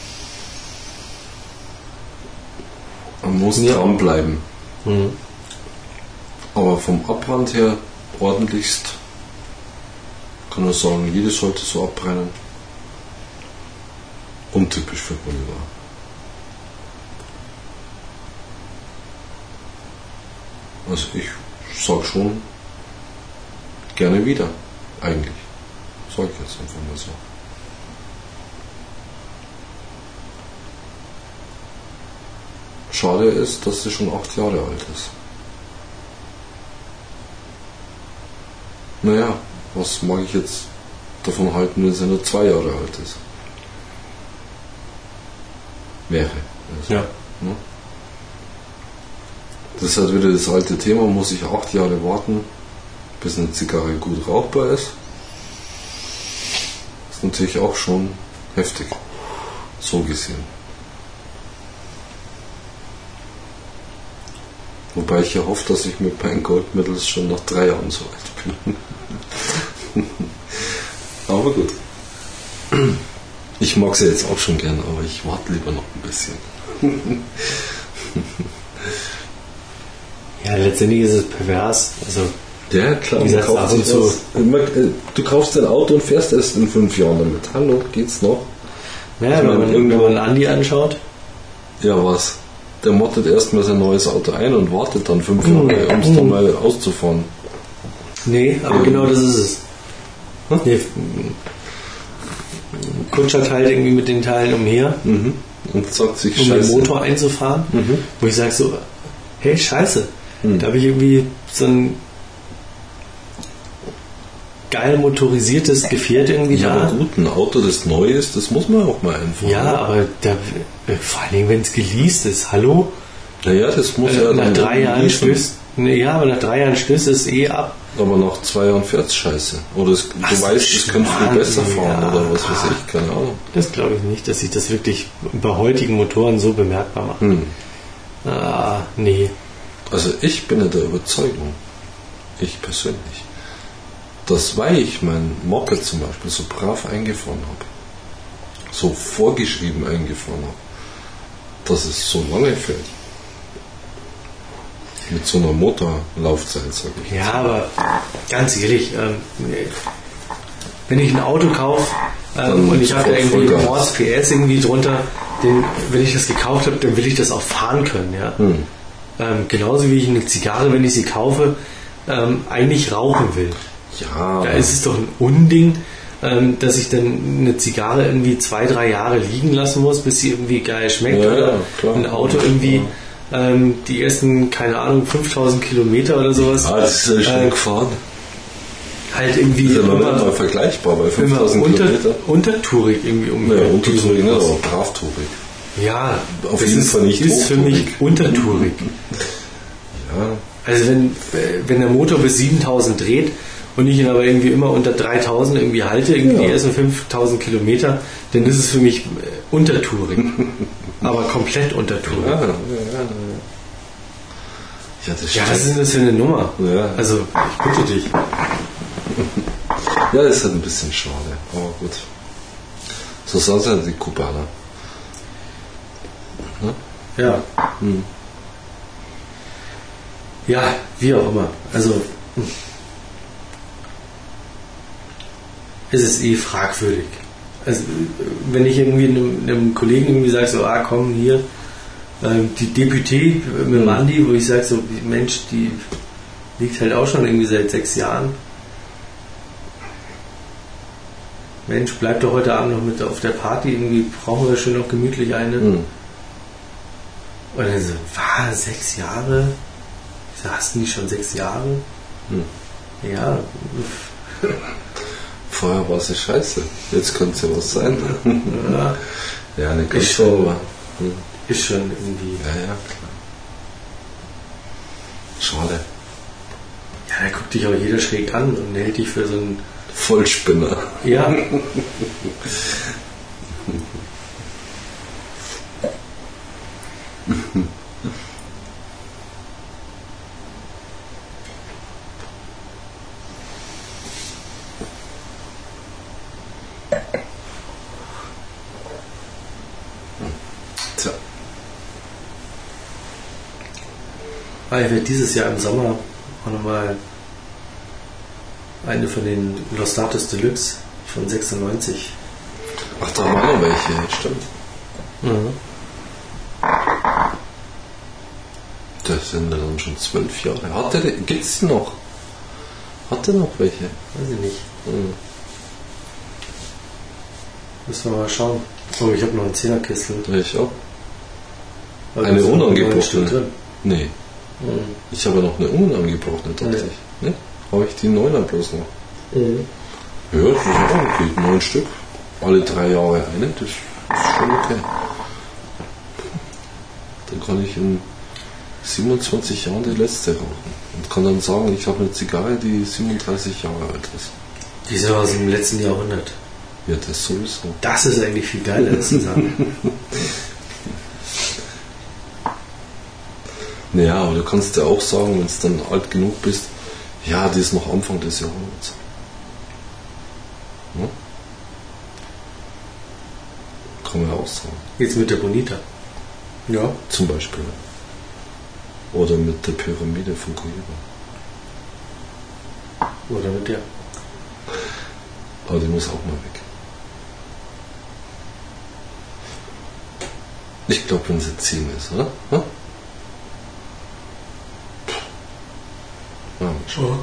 Man muss ja dranbleiben. Mhm. Aber vom Abbrand her ordentlichst, kann man sagen, jede sollte so abbrennen. Untypisch für Bolivar. Also ich sag schon gerne wieder, eigentlich. Sag ich jetzt einfach mal so. Schade ist, dass sie schon acht Jahre alt ist. Naja, was mag ich jetzt davon halten, wenn sie nur zwei Jahre alt ist? Wäre. Also, ja. Ne? Das ist halt wieder das alte Thema, muss ich acht Jahre warten, bis eine Zigarre gut rauchbar ist. Das ist natürlich auch schon heftig, so gesehen. Wobei ich ja hoffe, dass ich mit meinen Goldmedals schon nach drei Jahren so alt bin. Aber gut. Ich mag sie jetzt auch schon gern, aber ich warte lieber noch ein bisschen. Ja, letztendlich ist es pervers. Also, ja, klar, man kauft sich das, du kaufst dein Auto und fährst erst in fünf Jahren damit. Hallo, geht's noch? Ja, wenn man, wenn man Andi anschaut. Ja, was? Der mottet erstmal sein neues Auto ein und wartet dann fünf Jahre, um es dann mal auszufahren. Nee, aber ähm. genau das ist es. Hm? Nee, Kutscher teilt irgendwie mit den Teilen umher. Mhm. Und sagt sich um Scheiße. den Motor einzufahren. Mhm. Wo ich sage so, hey, Scheiße. Mhm. Da habe ich irgendwie so ein geil motorisiertes Gefährt irgendwie ja, da. Ja, aber gut, ein Auto, das neu ist, das muss man auch mal einfahren. Ja, oder? Aber da, vor allen Dingen, wenn es geleast ist, hallo? Naja, das muss äh, ja nach drei Jahren stößt. Ja, aber nach drei Jahren stößt es eh ab. Aber nach zwei Jahren fährt es scheiße. Oder es, du Ach, weißt, es könnte viel besser fahren ja. Oder was weiß ich, keine Ahnung. Das glaube ich nicht, dass sich das wirklich bei heutigen Motoren so bemerkbar macht. Hm. Ah, nee. Also ich bin ja der Überzeugung, ich persönlich, dass weil ich mein Moped zum Beispiel so brav eingefahren habe, so vorgeschrieben eingefahren habe, dass es so lange fährt. Mit so einer Motorlaufzeit, sage ich. Ja, aber ganz ehrlich, ähm, wenn ich ein Auto kaufe ähm, und ich habe da irgendwie Mords P S irgendwie drunter, den, wenn ich das gekauft habe, dann will ich das auch fahren können. Ja? Hm. Ähm, genauso wie ich eine Zigarre, wenn ich sie kaufe, ähm, eigentlich rauchen will. Ja. Da ist es doch ein Unding, ähm, dass ich dann eine Zigarre irgendwie zwei, drei Jahre liegen lassen muss, bis sie irgendwie geil schmeckt. Ja, oder ja, klar. ein Auto irgendwie ähm, die ersten, keine Ahnung, fünftausend Kilometer oder sowas. Ah, das ist ja schon äh, gefahren. Halt irgendwie Das ist ja noch immer, nicht mal vergleichbar bei immer fünftausend unter, Kilometer. untertourig irgendwie um. Naja, untertourig nicht, aber bravtourig. Ja, Auf das jeden ist, Fall nicht ist für mich untertourig. Ja, Also wenn, wenn der Motor bis siebentausend dreht und ich ihn aber irgendwie immer unter dreitausend irgendwie halte, irgendwie Ja. die ersten fünftausend Kilometer, dann ist es für mich äh, untertourig. Aber komplett untertourig. ja, Ja, ja, ja. Ja, das was ist stimmt. denn das für eine Nummer? Ja. Also, ich bitte dich. Ja, das ist halt ein bisschen schade, aber gut. So sind halt die Kubaner. Ja. Hm. Ja, wie auch immer. Also, hm. es ist eh fragwürdig. Also, wenn ich irgendwie einem, einem Kollegen irgendwie sage, so, ah komm, hier, ähm, die Deputé mit dem Andi, wo ich sage, so, Mensch, die liegt halt auch schon irgendwie seit sechs Jahren. Mensch, bleib doch heute Abend noch mit auf der Party, irgendwie brauchen wir schön noch gemütlich eine. Hm. Und dann so, was, sechs Jahre? Ich so, hast du nicht schon sechs Jahre? Hm. Ja. Vorher war sie scheiße, jetzt könnte es ja was sein. Ja, Ja, nicht ganz Ist so, schon- aber. Hm. ist schon irgendwie. Ja, ja, klar. Schade. Ja, da guckt dich auch jeder schräg an und hält dich für so einen. Vollspinner. Ja. Tja. Aber ich werde dieses Jahr im Sommer auch nochmal eine von den Los Datos Deluxe von sechsundneunzig. Ach, da waren noch welche, stimmt. Mhm. Das sind ja dann schon zwölf Jahre. Hat der, gibt's die noch? Hat der noch welche? Weiß ich nicht. Hm. Müssen wir mal schauen. Oh, ich habe noch einen Zehnerkistel. Ja, ich auch. Aber Eine da sind noch neun Stück unangebrochene. drin. Nee, Mhm. ich habe noch eine unangebrochene, dachte Nee. ich. Ne? Habe ich die Neuner bloß noch. Mhm. Ja, das ist auch okay. Neun Stück. Alle drei Jahre eine, das ist schon okay. Dann kann ich in siebenundzwanzig Jahren die letzte rauchen. Und kann dann sagen, ich habe eine Zigarre, die siebenunddreißig Jahre alt ist. Die ist aber aus dem letzten Jahrhundert. Ja, das sowieso. Das ist eigentlich viel geiler, das zu sagen. Naja, aber du kannst ja auch sagen, wenn du dann alt genug bist, ja, die ist noch Anfang des Jahrhunderts. Ja? Kann man ja auch sagen. Jetzt mit der Bonita. Ja. Zum Beispiel. Oder mit der Pyramide von Coimbra. Oder mit der. Aber die muss auch mal weg. Ich glaube, wenn sie zehn ist, oder? Ja? Ja, mal schauen.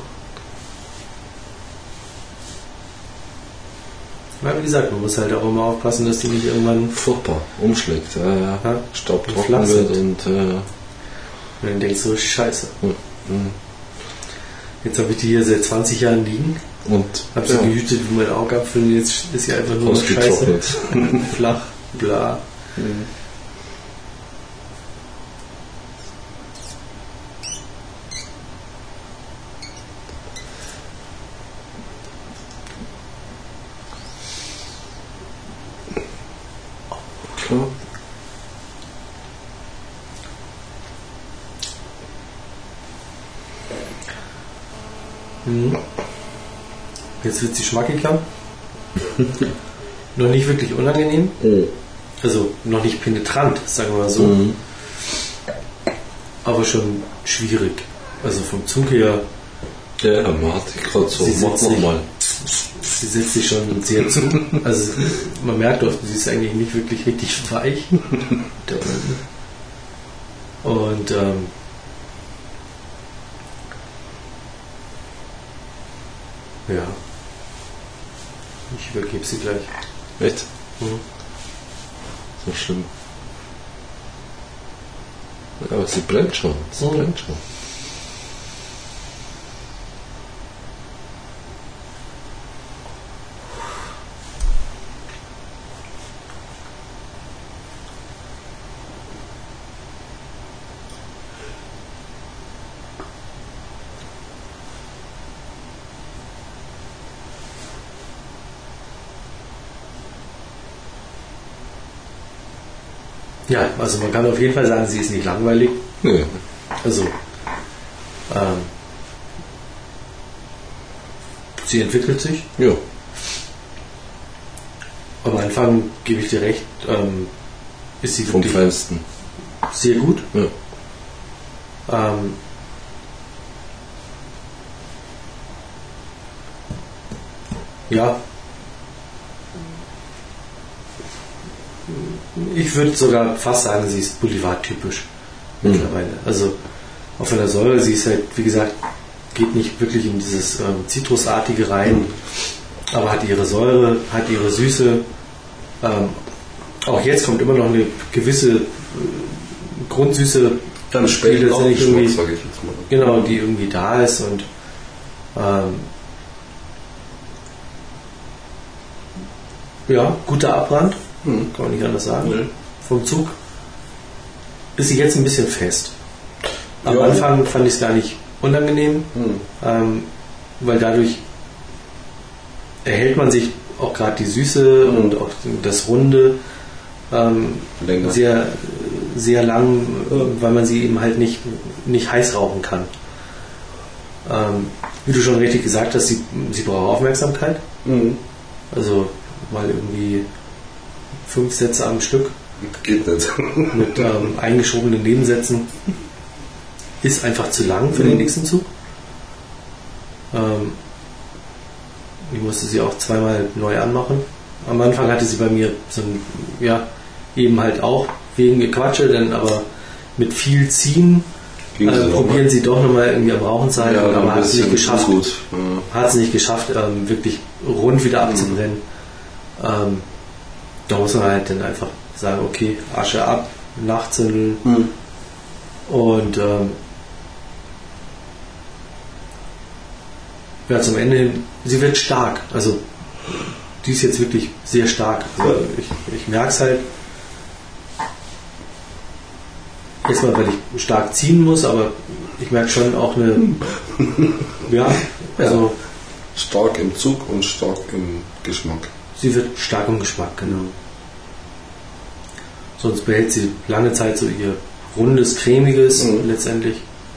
Ja, wie gesagt, man muss halt auch immer aufpassen, dass die nicht irgendwann. Furchtbar, umschlägt, ja, ja. Ja. Staub Und trocken flach wird sind. und äh, Und dann denkst du, scheiße. ja, mhm. Jetzt habe ich die hier seit zwanzig Jahren liegen. und Hab sie ja, gehütet wie mein Augapfel und jetzt ist sie einfach nur noch scheiße. ausgetrocknet. Flach, bla. Klar. Mhm. Jetzt wird sie schmackiger. Noch nicht wirklich unangenehm. Also noch nicht penetrant, sagen wir mal so. Mhm. Aber schon schwierig. Also vom Zug her, Ja, man hat die gerade so, Sie mach sitzt nicht. nochmal. sie setzt sich schon sehr zu. Also man merkt auch, sie ist eigentlich nicht wirklich richtig weich. Da unten. Und ähm, ja. Ich übergebe sie gleich. Echt? Mhm. So schlimm. Ja, aber sie brennt schon. Sie Mhm. brennt schon. Ja, also man kann auf jeden Fall sagen, sie ist nicht langweilig. Nee. Also, ähm, sie entwickelt sich. Ja. Am Anfang gebe ich dir recht, ähm, ist sie Vom wirklich Feinsten. sehr gut. Ja. Ähm, ja. Ich würde sogar fast sagen, sie ist boulevardtypisch Mhm. mittlerweile. Also auch von der Säure, sie ist halt, wie gesagt, geht nicht wirklich in dieses ähm, Zitrusartige rein, aber hat ihre Säure, hat ihre Süße. Ähm, auch jetzt kommt immer noch eine gewisse äh, Grundsüße, Dann die später auch letztendlich Geschmack, irgendwie, sage ich jetzt mal. genau, die irgendwie da ist und ähm, ja, guter Abbrand, Mhm. kann man nicht anders sagen. Nee. Vom Zug ist sie jetzt ein bisschen fest. Am Ja. Anfang fand ich es gar nicht unangenehm, Mhm. ähm, weil dadurch erhält man sich auch gerade die Süße Mhm. und auch das Runde ähm, Länger. sehr, sehr lang, äh, weil man sie eben halt nicht, nicht heiß rauchen kann. Ähm, wie du schon richtig gesagt hast, sie, sie braucht Aufmerksamkeit. Mhm. Also mal irgendwie fünf Sätze am Stück Geht nicht. mit ähm, eingeschobenen Nebensätzen ist einfach zu lang für den nächsten Zug. Ähm, ich musste sie auch zweimal neu anmachen. Am Anfang hatte sie bei mir so ein, ja, eben halt auch wegen Gequatsche, dann aber mit viel Ziehen Ging äh, sie noch probieren mal? sie doch nochmal irgendwie am Rauchen zu halten, Ja, aber dann hat es nicht bisschen geschafft. zu gut. Ja. Hat es nicht geschafft, ähm, wirklich rund wieder abzubrennen. Ähm, da muss man halt dann einfach sagen, okay, Asche ab, Nachtzündeln Mhm. und ähm, ja, zum Ende hin, sie wird stark. Also die ist jetzt wirklich sehr stark. Also, ich ich merke es halt. Erstmal, weil ich stark ziehen muss, aber ich merke schon auch eine. Ja, also Stark im Zug und stark im Geschmack. sie wird stark im Geschmack, genau. Sonst behält sie lange Zeit so ihr rundes, cremiges Mhm. letztendlich.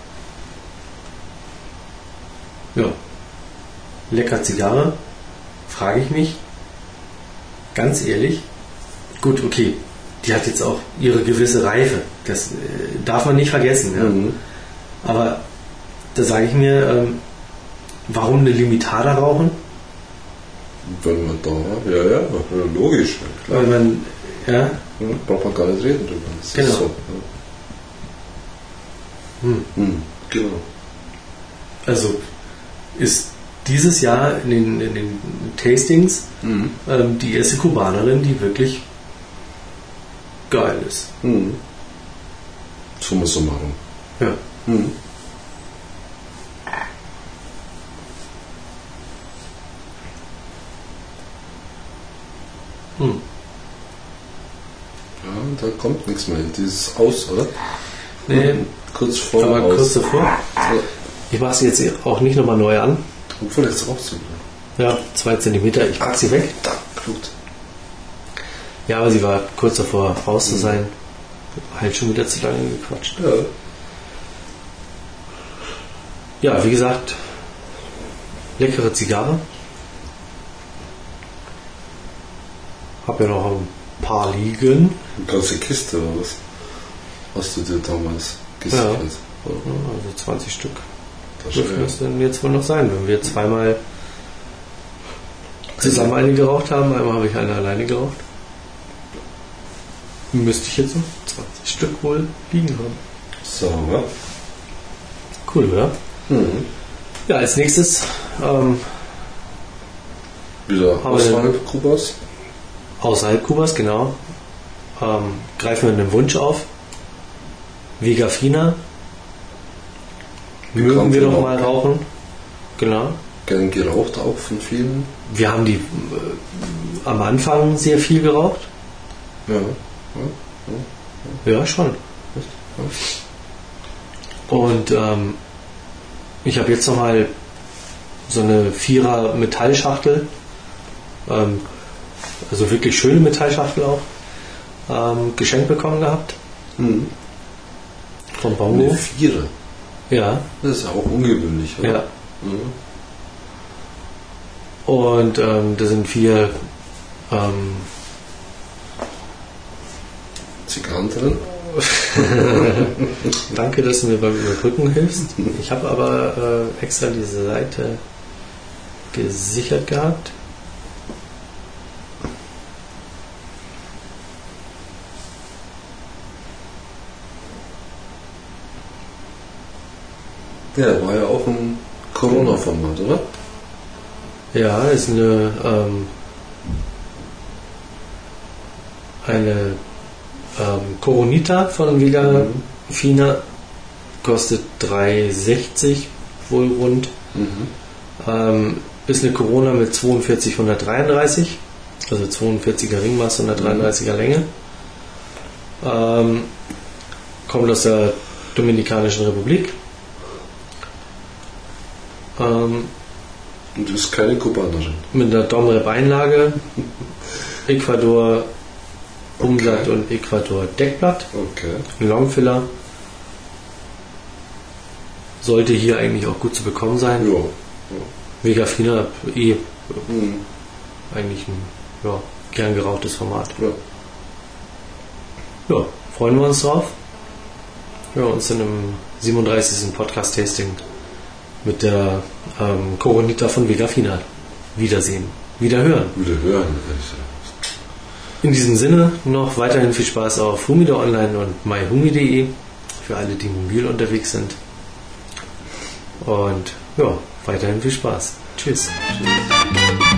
Ja. Lecker Zigarre, frage ich mich. Ganz ehrlich. Gut, okay. Die hat jetzt auch ihre gewisse Reife. Das äh, darf man nicht vergessen. Ja. Mhm. Aber da sage ich mir, ähm, warum eine Limitada rauchen? Wenn man da, ja, ja, logisch. Klar. Weil man, ja, Hm, braucht man gar nicht reden drüber. Das Genau. ist so. Ja. hm, Hm, genau. also ist dieses Jahr in den, in den Tastings Mhm. ähm, die erste Kubanerin, die wirklich geil ist. Mhm. So muss man machen. Ja. Mhm. Hm. Ja, da kommt nichts mehr. Dieses Aus, oder? Nee, Kurz vor aber Aus. kurz davor. So. Ich mache sie jetzt auch nicht nochmal neu an. Obwohl jetzt raus. Ja, zwei Zentimeter. Ich pack sie weg. Da, Blut. Ja, aber sie war kurz davor raus zu sein. Halt schon wieder zu lange gequatscht. Ja. Ja, wie gesagt, leckere Zigarre. Hab ja noch ein paar liegen. Eine ganze Kiste oder was? Hast du dir damals Ja. gesichert? Also zwanzig Stück Das dürfen ja. es dann jetzt wohl noch sein, wenn wir zweimal zusammen eine geraucht haben. Einmal habe ich eine alleine geraucht. Müsste ich jetzt noch zwanzig Stück wohl liegen haben. Sauber. Cool, oder? Mhm. Ja, als nächstes ähm, Wieder Aber außerhalb Kubas? Außerhalb Kubas, genau. Ähm, greifen wir einen Wunsch auf. Vega Fina. Mögen wir doch mal rauchen. Genau. Gern geraucht auch von vielen. Wir haben die äh, am Anfang sehr viel geraucht. Ja. Ja, ja. ja schon. ja. Und ähm, ich habe jetzt nochmal so eine Vierer Metallschachtel, ähm, also wirklich schöne Metallschachtel auch, ähm, geschenkt bekommen gehabt. Mhm. Vom Bongo. Eine Vierer. Ja. Das ist auch ungewöhnlich, oder? Ja. Mhm. Und ähm, da sind vier ähm, Zigarren drin. Danke, dass du mir beim Überbrücken hilfst. Ich habe aber äh, extra diese Seite gesichert gehabt. Ja, war ja auch ein Corona-Format, oder? Ja, ist eine ähm, eine ähm, Coronita von Vega Mhm. Fina, kostet drei sechzig wohl rund. Mhm. Ähm, ist eine Corona mit zweiundvierzig hundertdreiunddreißig, also zweiundvierziger Ringmaß, hundertdreiunddreißiger Länge. Ähm, kommt aus der Dominikanischen Republik. Ähm, Und das ist keine Kubanerin. mit einer Domrep-Einlage, Ecuador Umsatz Okay. und Ecuador Deckblatt, Okay. ein Longfiller. Sollte hier eigentlich auch gut zu bekommen sein. Ja. Vega Fina, eh Mhm. eigentlich ein ja, gern gerauchtes Format. Ja. Ja, freuen wir uns drauf. Ja, uns in einem siebenunddreißigsten Podcast-Tasting mit der ähm, Coronita von Vega Fina wiedersehen, wieder hören. Wieder hören. In diesem Sinne noch weiterhin viel Spaß auf Humidor Online und myhumi punkt de für alle, die mobil unterwegs sind. Und ja, weiterhin viel Spaß. Tschüss. Tschüss.